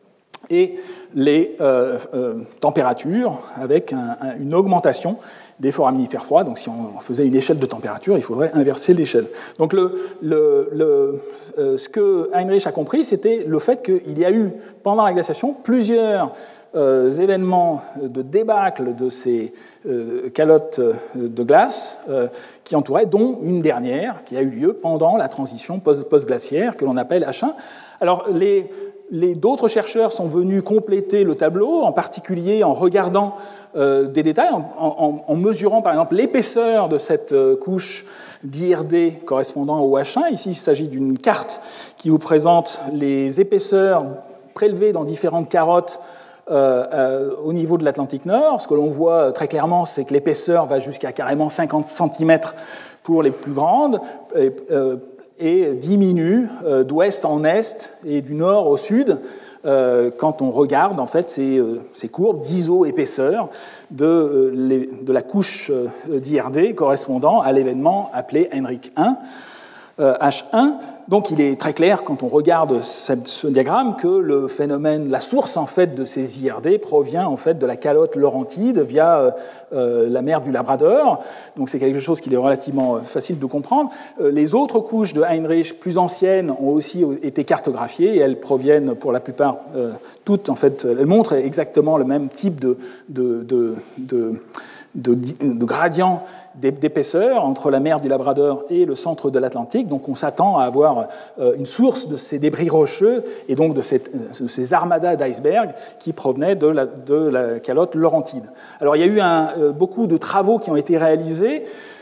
et les euh, euh, températures, avec un, un, une augmentation des foraminifères froids. Donc si on faisait une échelle de température, il faudrait inverser l'échelle. Donc le, le, le, euh, ce que Heinrich a compris, c'était le fait qu'il y a eu, pendant la glaciation, plusieurs euh, événements de débâcle de ces euh, calottes de glace euh, qui entouraient, dont une dernière qui a eu lieu pendant la transition post- post-glaciaire, que l'on appelle H un. Alors les... Les, d'autres chercheurs sont venus compléter le tableau, en particulier en regardant euh, des détails, en, en, en mesurant par exemple l'épaisseur de cette euh, couche d'I R D correspondant au H un. Ici, il s'agit d'une carte qui vous présente les épaisseurs prélevées dans différentes carottes euh, euh, au niveau de l'Atlantique Nord. Ce que l'on voit très clairement, c'est que l'épaisseur va jusqu'à carrément cinquante centimètres pour les plus grandes, et, euh, et diminue euh, d'ouest en est et du nord au sud euh, quand on regarde en fait ces, euh, ces courbes d'iso-épaisseur de, euh, les, de la couche euh, d'I R D correspondant à l'événement appelé Heinrich un, euh, H un. Donc il est très clair quand on regarde cette, ce diagramme que le phénomène, la source en fait de ces I R D provient en fait de la calotte laurentide via euh, la mer du Labrador. Donc c'est quelque chose qui est relativement facile de comprendre. Euh, les autres couches de Heinrich plus anciennes ont aussi été cartographiées et elles proviennent pour la plupart euh, toutes en fait, elles montrent exactement le même type de, de, de, de De, de gradient d'épaisseur entre la mer du Labrador et le centre de l'Atlantique. Donc on s'attend à avoir une source de ces débris rocheux et donc de, cette, de ces armadas d'iceberg qui provenaient de la, de la calotte laurentide. Alors il y a eu un, beaucoup de travaux qui ont été réalisés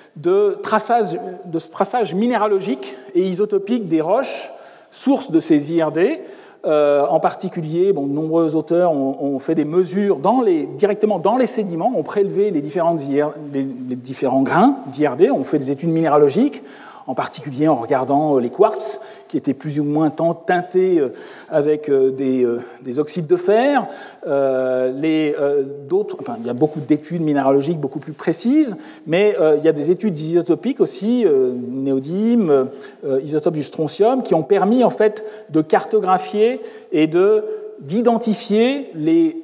de traçage, de traçage minéralogique et isotopique des roches, sources de ces I R D. Euh, en particulier, bon, de nombreux auteurs ont, ont fait des mesures dans les, directement dans les sédiments, ont prélevé les, différentes I R, les, les différents grains d'I R D, ont fait des études minéralogiques, en particulier en regardant les quartz, qui étaient plus ou moins teintés avec des, des oxydes de fer. Euh, les, euh, d'autres, enfin, il y a beaucoup d'études minéralogiques beaucoup plus précises, mais euh, il y a des études isotopiques aussi, euh, néodyme, euh, isotopes du strontium, qui ont permis en fait de cartographier et de, d'identifier les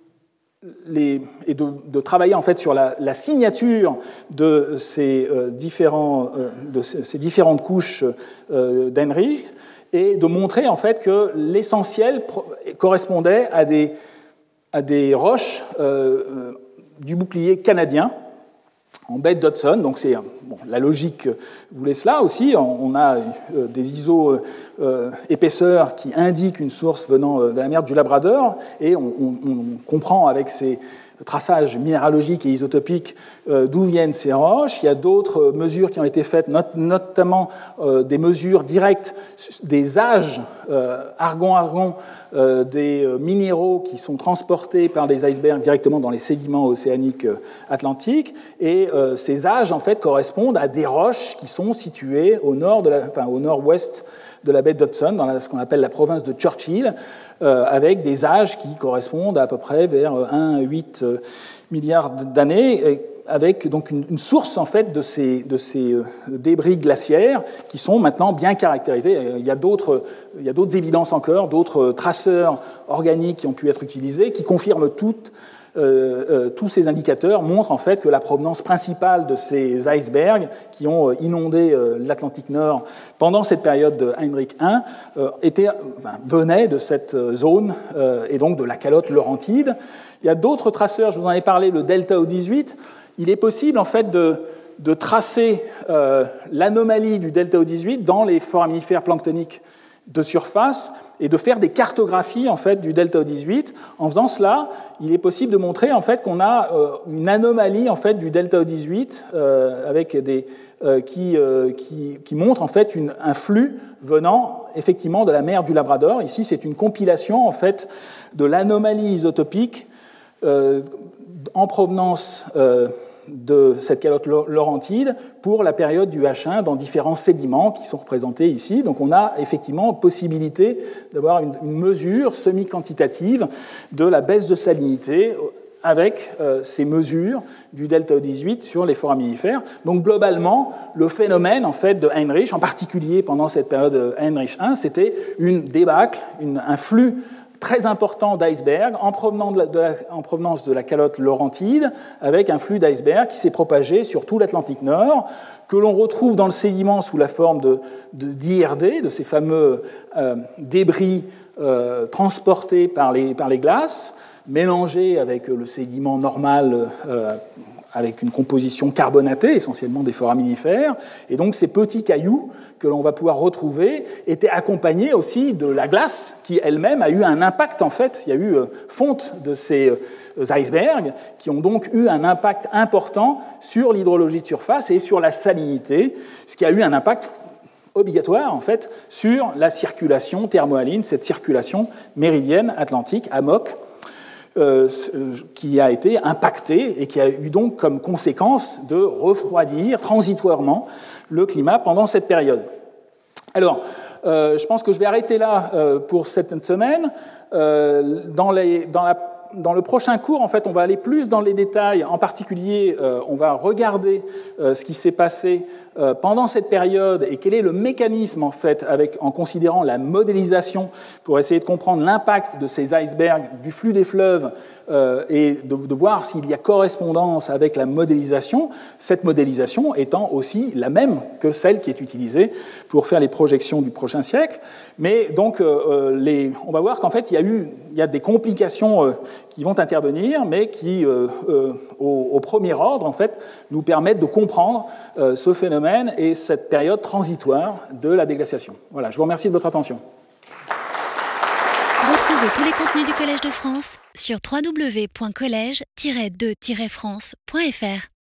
Les, et de, de travailler en fait sur la, la signature de ces, euh, différents, euh, de ces, ces différentes couches euh, d'Heinrich et de montrer en fait que l'essentiel correspondait à des, à des roches euh, du bouclier canadien en baie d'Hudson. Donc c'est bon, la logique voulait cela aussi. On a euh, des iso euh, épaisseurs qui indiquent une source venant de la mer du Labrador, et on, on, on comprend avec ces traçage minéralogique et isotopique euh, d'où viennent ces roches. Il y a d'autres mesures qui ont été faites, not- notamment euh, des mesures directes des âges euh, argon-argon euh, des euh, minéraux qui sont transportés par des icebergs directement dans les sédiments océaniques euh, atlantiques. Et euh, ces âges, en fait, correspondent à des roches qui sont situées au nord de la, enfin, au nord-ouest de la baie d'Hudson, dans la, ce qu'on appelle la province de Churchill, euh, avec des âges qui correspondent à peu près vers un à huit milliards d'années, avec donc une, une source en fait de ces, de ces euh, débris glaciaires qui sont maintenant bien caractérisés. Il y a d'autres, il y a d'autres évidences encore, d'autres traceurs organiques qui ont pu être utilisés, qui confirment toutes Euh, euh, tous ces indicateurs montrent en fait que la provenance principale de ces icebergs qui ont inondé euh, l'Atlantique Nord pendant cette période de Heinrich I euh, était, enfin, venait de cette zone euh, et donc de la calotte laurentide. Il y a d'autres traceurs, je vous en ai parlé, le delta O dix-huit. Il est possible en fait de, de tracer euh, l'anomalie du delta O dix-huit dans les foraminifères planctoniques de surface et de faire des cartographies en fait du delta O dix-huit. En faisant cela, il est possible de montrer en fait qu'on a euh, une anomalie en fait du delta O dix-huit euh, avec des euh, qui, euh, qui qui montre en fait une, un flux venant effectivement de la mer du Labrador. Ici, c'est une compilation en fait de l'anomalie isotopique euh, en provenance euh, de cette calotte laurentide pour la période du H un dans différents sédiments qui sont représentés ici. Donc on a effectivement possibilité d'avoir une, une mesure semi-quantitative de la baisse de salinité avec euh, ces mesures du delta O dix-huit sur les foraminifères. Donc globalement, le phénomène en fait de Heinrich, en particulier pendant cette période Heinrich I, c'était une débâcle, une, un flux très important d'icebergs en, en provenance de la calotte laurentide, avec un flux d'icebergs qui s'est propagé sur tout l'Atlantique Nord, que l'on retrouve dans le sédiment sous la forme de, de, d'I R D, de ces fameux euh, débris euh, transportés par les, par les glaces, mélangés avec le sédiment normal, euh, avec une composition carbonatée, essentiellement des foraminifères. Et donc ces petits cailloux que l'on va pouvoir retrouver étaient accompagnés aussi de la glace, qui elle-même a eu un impact, en fait. Il y a eu fonte de ces icebergs, qui ont donc eu un impact important sur l'hydrologie de surface et sur la salinité, ce qui a eu un impact obligatoire, en fait, sur la circulation thermohaline, cette circulation méridienne atlantique, A M O C, Euh, qui a été impacté et qui a eu donc comme conséquence de refroidir transitoirement le climat pendant cette période. Alors, euh, je pense que je vais arrêter là euh, pour cette semaine. Euh, dans, les, dans, la, dans le prochain cours, en fait, on va aller plus dans les détails. En particulier, euh, on va regarder euh, ce qui s'est passé euh, pendant cette période et quel est le mécanisme, en fait, avec, en considérant la modélisation pour essayer de comprendre l'impact de ces icebergs, du flux des fleuves euh, et de, de voir s'il y a correspondance avec la modélisation, cette modélisation étant aussi la même que celle qui est utilisée pour faire les projections du prochain siècle. Mais donc, euh, les, on va voir qu'en fait, il y a eu il y a des complications euh, qui vont intervenir, mais qui, euh, euh, au, au premier ordre, en fait, nous permettent de comprendre euh, ce phénomène et cette période transitoire de la déglaciation. Voilà, je vous remercie de votre attention. Retrouvez tous les contenus du Collège de France sur w w w point collège tiret de tiret france point f r.